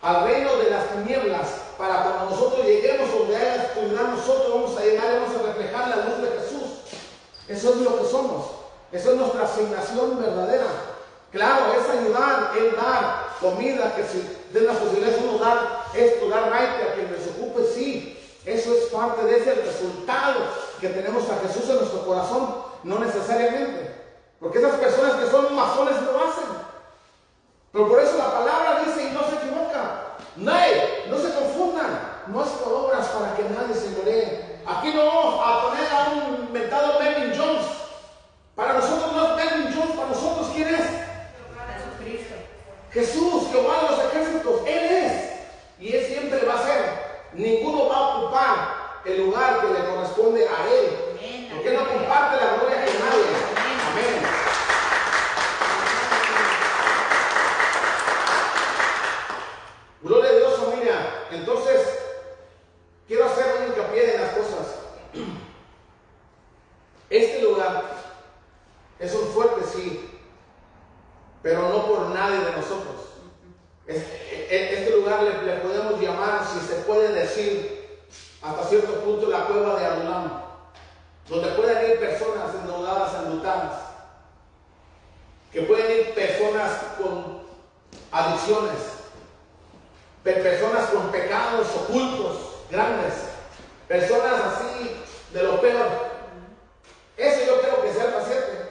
al reino de las tinieblas, para cuando nosotros lleguemos donde haya oscuridad, nosotros vamos a llegar y vamos a reflejar la luz de Jesús. Eso es lo que somos. Esa es nuestra asignación verdadera. Claro, es ayudar, es dar comida, que si den la posibilidad de uno dar esto, dar raite a quien les ocupe, sí. Eso es parte de ese resultado que tenemos a Jesús en nuestro corazón, no necesariamente. Porque esas personas que son masones lo hacen. Pero por eso la palabra dice, y no se equivoca, no se confundan, no es por obras para que nadie se gloree. Aquí no vamos a poner a un mentado Melvin Jones. Para nosotros no es Melvin Jones, para nosotros ¿quién es? Jesucristo. Jesús, Jehová de los ejércitos, Él es. Y Él siempre va a ser. Ninguno va a ocupar el lugar que le corresponde a Él. Porque Él no comparte la gloria con nadie. Amén. Gloria a Dios, familia. Entonces, quiero hacer un hincapié en las cosas. Este lugar es un fuerte, sí, pero no por nadie de nosotros. Este lugar le podemos llamar, si se puede decir, hasta cierto punto, la cueva de Adulam, donde pueden ir personas endeudadas, enlutadas, que pueden ir personas con adicciones, personas con pecados ocultos, grandes, personas así de lo peor. Eso yo creo que sea el paciente.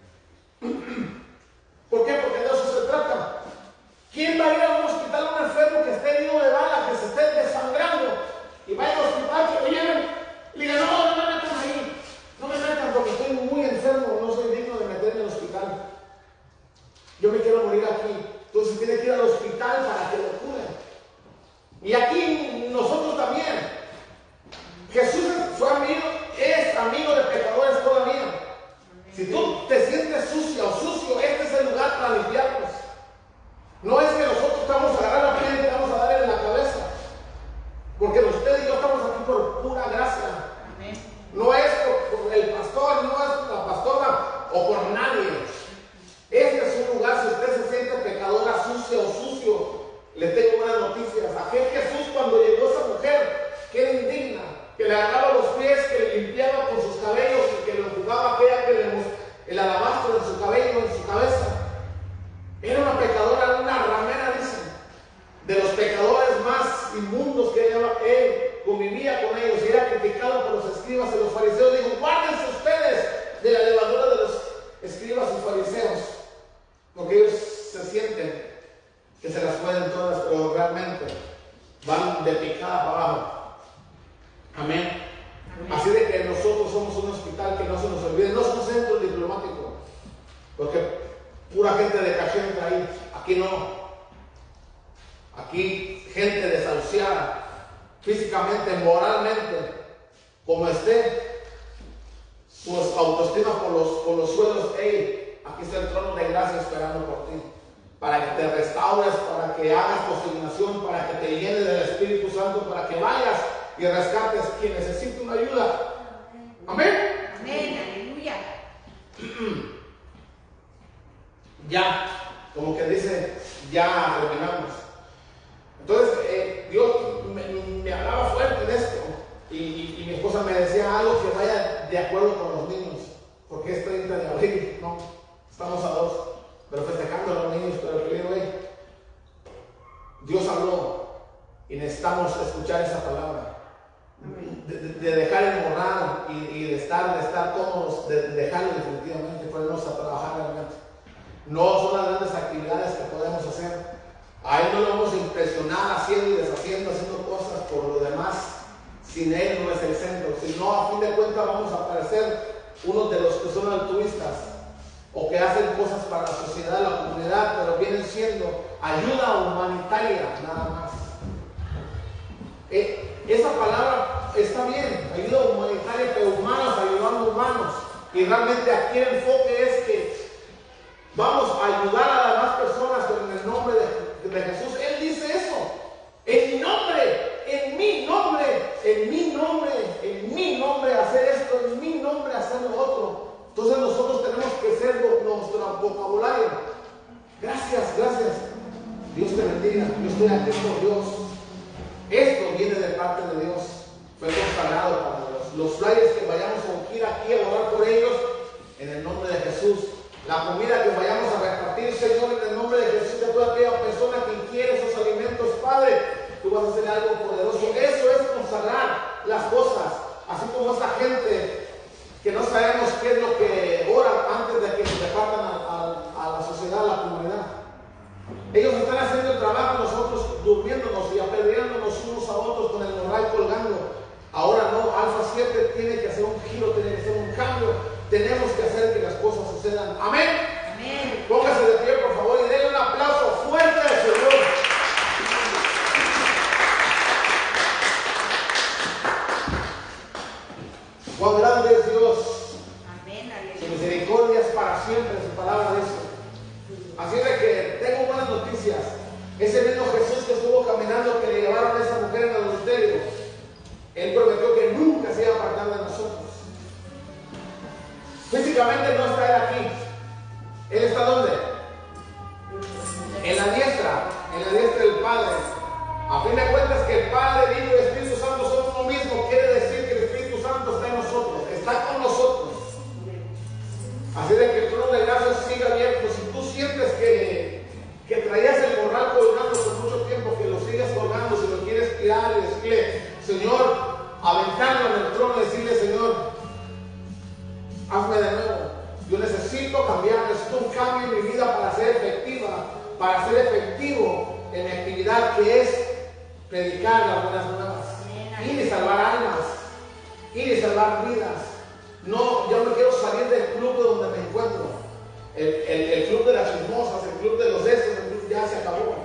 ¿Por qué? Porque de eso se trata. ¿Quién va a ir a un hospital a un enfermo que esté herido de bala, que se esté desangrando, y vaya al hospital, que lo lleven, y le digan, no me metan ahí, no me metan porque estoy muy enfermo, no soy digno de meterme al hospital, yo me quiero morir aquí? Entonces tiene que ir al hospital para que lo curen. Y aquí nosotros también. Jesús fue amigo, es amigo de pecadores todavía. Si tú te sientes sucia o sucio, este es el lugar para limpiarnos. No es que nosotros vamos a agarrar la piel y vamos a darle en la cabeza. Porque usted y yo estamos aquí por pura gracia. No es por el pastor, no es por la pastora o por nadie. Este es un lugar, si usted se siente pecadora, sucia o sucio, le tengo buenas noticias. Aquel Jesús, cuando llegó esa mujer, que era indigna, que le agarraba los pies, que le limpiaba con sus cabellos y que le jugaba aquella que el alabastro en su cabello, en su cabeza. Era una pecadora, una ramera, dicen, de los pecadores más inmundos que él convivía con ellos y era criticado por los escribas y los fariseos. Dijo, guárdense ustedes de la levadura de los escribas y fariseos, porque ellos se sienten que se las pueden todas, pero realmente van de picada para abajo. Amén. Así de que nosotros somos un hospital, que no se nos olvide, no es un centro diplomático, porque pura gente de caché entra ahí. Aquí no. Aquí gente desahuciada, físicamente, moralmente, como esté, su autoestima por los suelos. Hey, aquí está el trono de gracia esperando por ti, para que te restaures, para que hagas consignación, para que te llenes del Espíritu Santo, para que vayas y rescates quien necesite una ayuda. Amén. Amén, aleluya. Ya, como que dice, ya terminamos. Entonces, Dios me hablaba fuerte en esto. Y mi esposa me decía algo que vaya de acuerdo con los niños. Porque es 30 de abril, ¿no? Estamos a 2, pero festejando a los niños. Pero que digo, Dios habló y necesitamos escuchar esa palabra. De dejar el moral y de estar cómodos, de dejarlo definitivamente, ponernos a trabajar realmente. No son las grandes actividades que podemos hacer. A Él no lo vamos a impresionar haciendo y deshaciendo, haciendo cosas por lo demás. Sin Él no es el centro. Si no, a fin de cuentas vamos a parecer unos de los que son altruistas o que hacen cosas para la sociedad, la comunidad, pero vienen siendo ayuda humanitaria nada más. Esa palabra está bien, ayuda humanitaria, pero humanos ayudando humanos. Y realmente aquí el enfoque es que vamos a ayudar a las demás personas, pero en el nombre de Jesús. Él dice eso, en mi nombre, en mi nombre, en mi nombre, en mi nombre hacer esto, en mi nombre hacer lo otro. Entonces nosotros tenemos que ser nuestro vocabulario. Gracias, gracias. Dios te bendiga. mira, yo estoy aquí por Dios. Esto viene de parte de Dios. Fue consagrado para Dios. Los flyers que vayamos a ungir aquí a orar por ellos, en el nombre de Jesús. La comida que vayamos a repartir, Señor, en el nombre de Jesús, de toda aquella persona que ingiere esos alimentos, Padre, tú vas a hacer algo poderoso. Eso es consagrar las cosas. Así como esta gente que no sabemos qué es lo que ora antes de que se repartan a la sociedad, a la comunidad. Ellos están haciendo el trabajo, nosotros durmiéndonos y apedreándonos unos a otros con el morral colgando. Ahora no, Alfa 7 tiene que hacer un giro, tiene que hacer un cambio. Tenemos que hacer que las cosas sucedan. Amén. Amén. Póngase de pie, por favor, y denle un aplauso fuerte al Señor. Cuán grande es Dios. Amén. Su misericordia es para siempre, su palabra dice. Así de que tengo buenas noticias. Ese mismo Jesús que estuvo caminando, que le llevaron a esa mujer en el adulterio, Él prometió que nunca se iba a apartar de nosotros. Físicamente no está Él aquí. ¿Él está dónde? En la diestra del Padre. A fin de cuentas que el Padre, el Hijo y el Espíritu Santo son uno mismo. Quiere decir que el Espíritu Santo está en nosotros, está con nosotros. Así de que el trono de gracia siga abierto. Si tú sientes que traías el morral colgando por mucho tiempo, que lo sigas colgando, si lo quieres tirar y decirle, Señor, aventarlo en el trono y decirle, Señor, hazme de nuevo. Yo necesito cambiar, necesito un cambio en mi vida para ser efectiva, para ser efectivo en mi actividad que es predicar las buenas nuevas, ir y salvar almas, ir y salvar vidas. No, yo me quiero salir del club donde me encuentro. El club de las chismosas, el club de los estos, el club ya se acabó.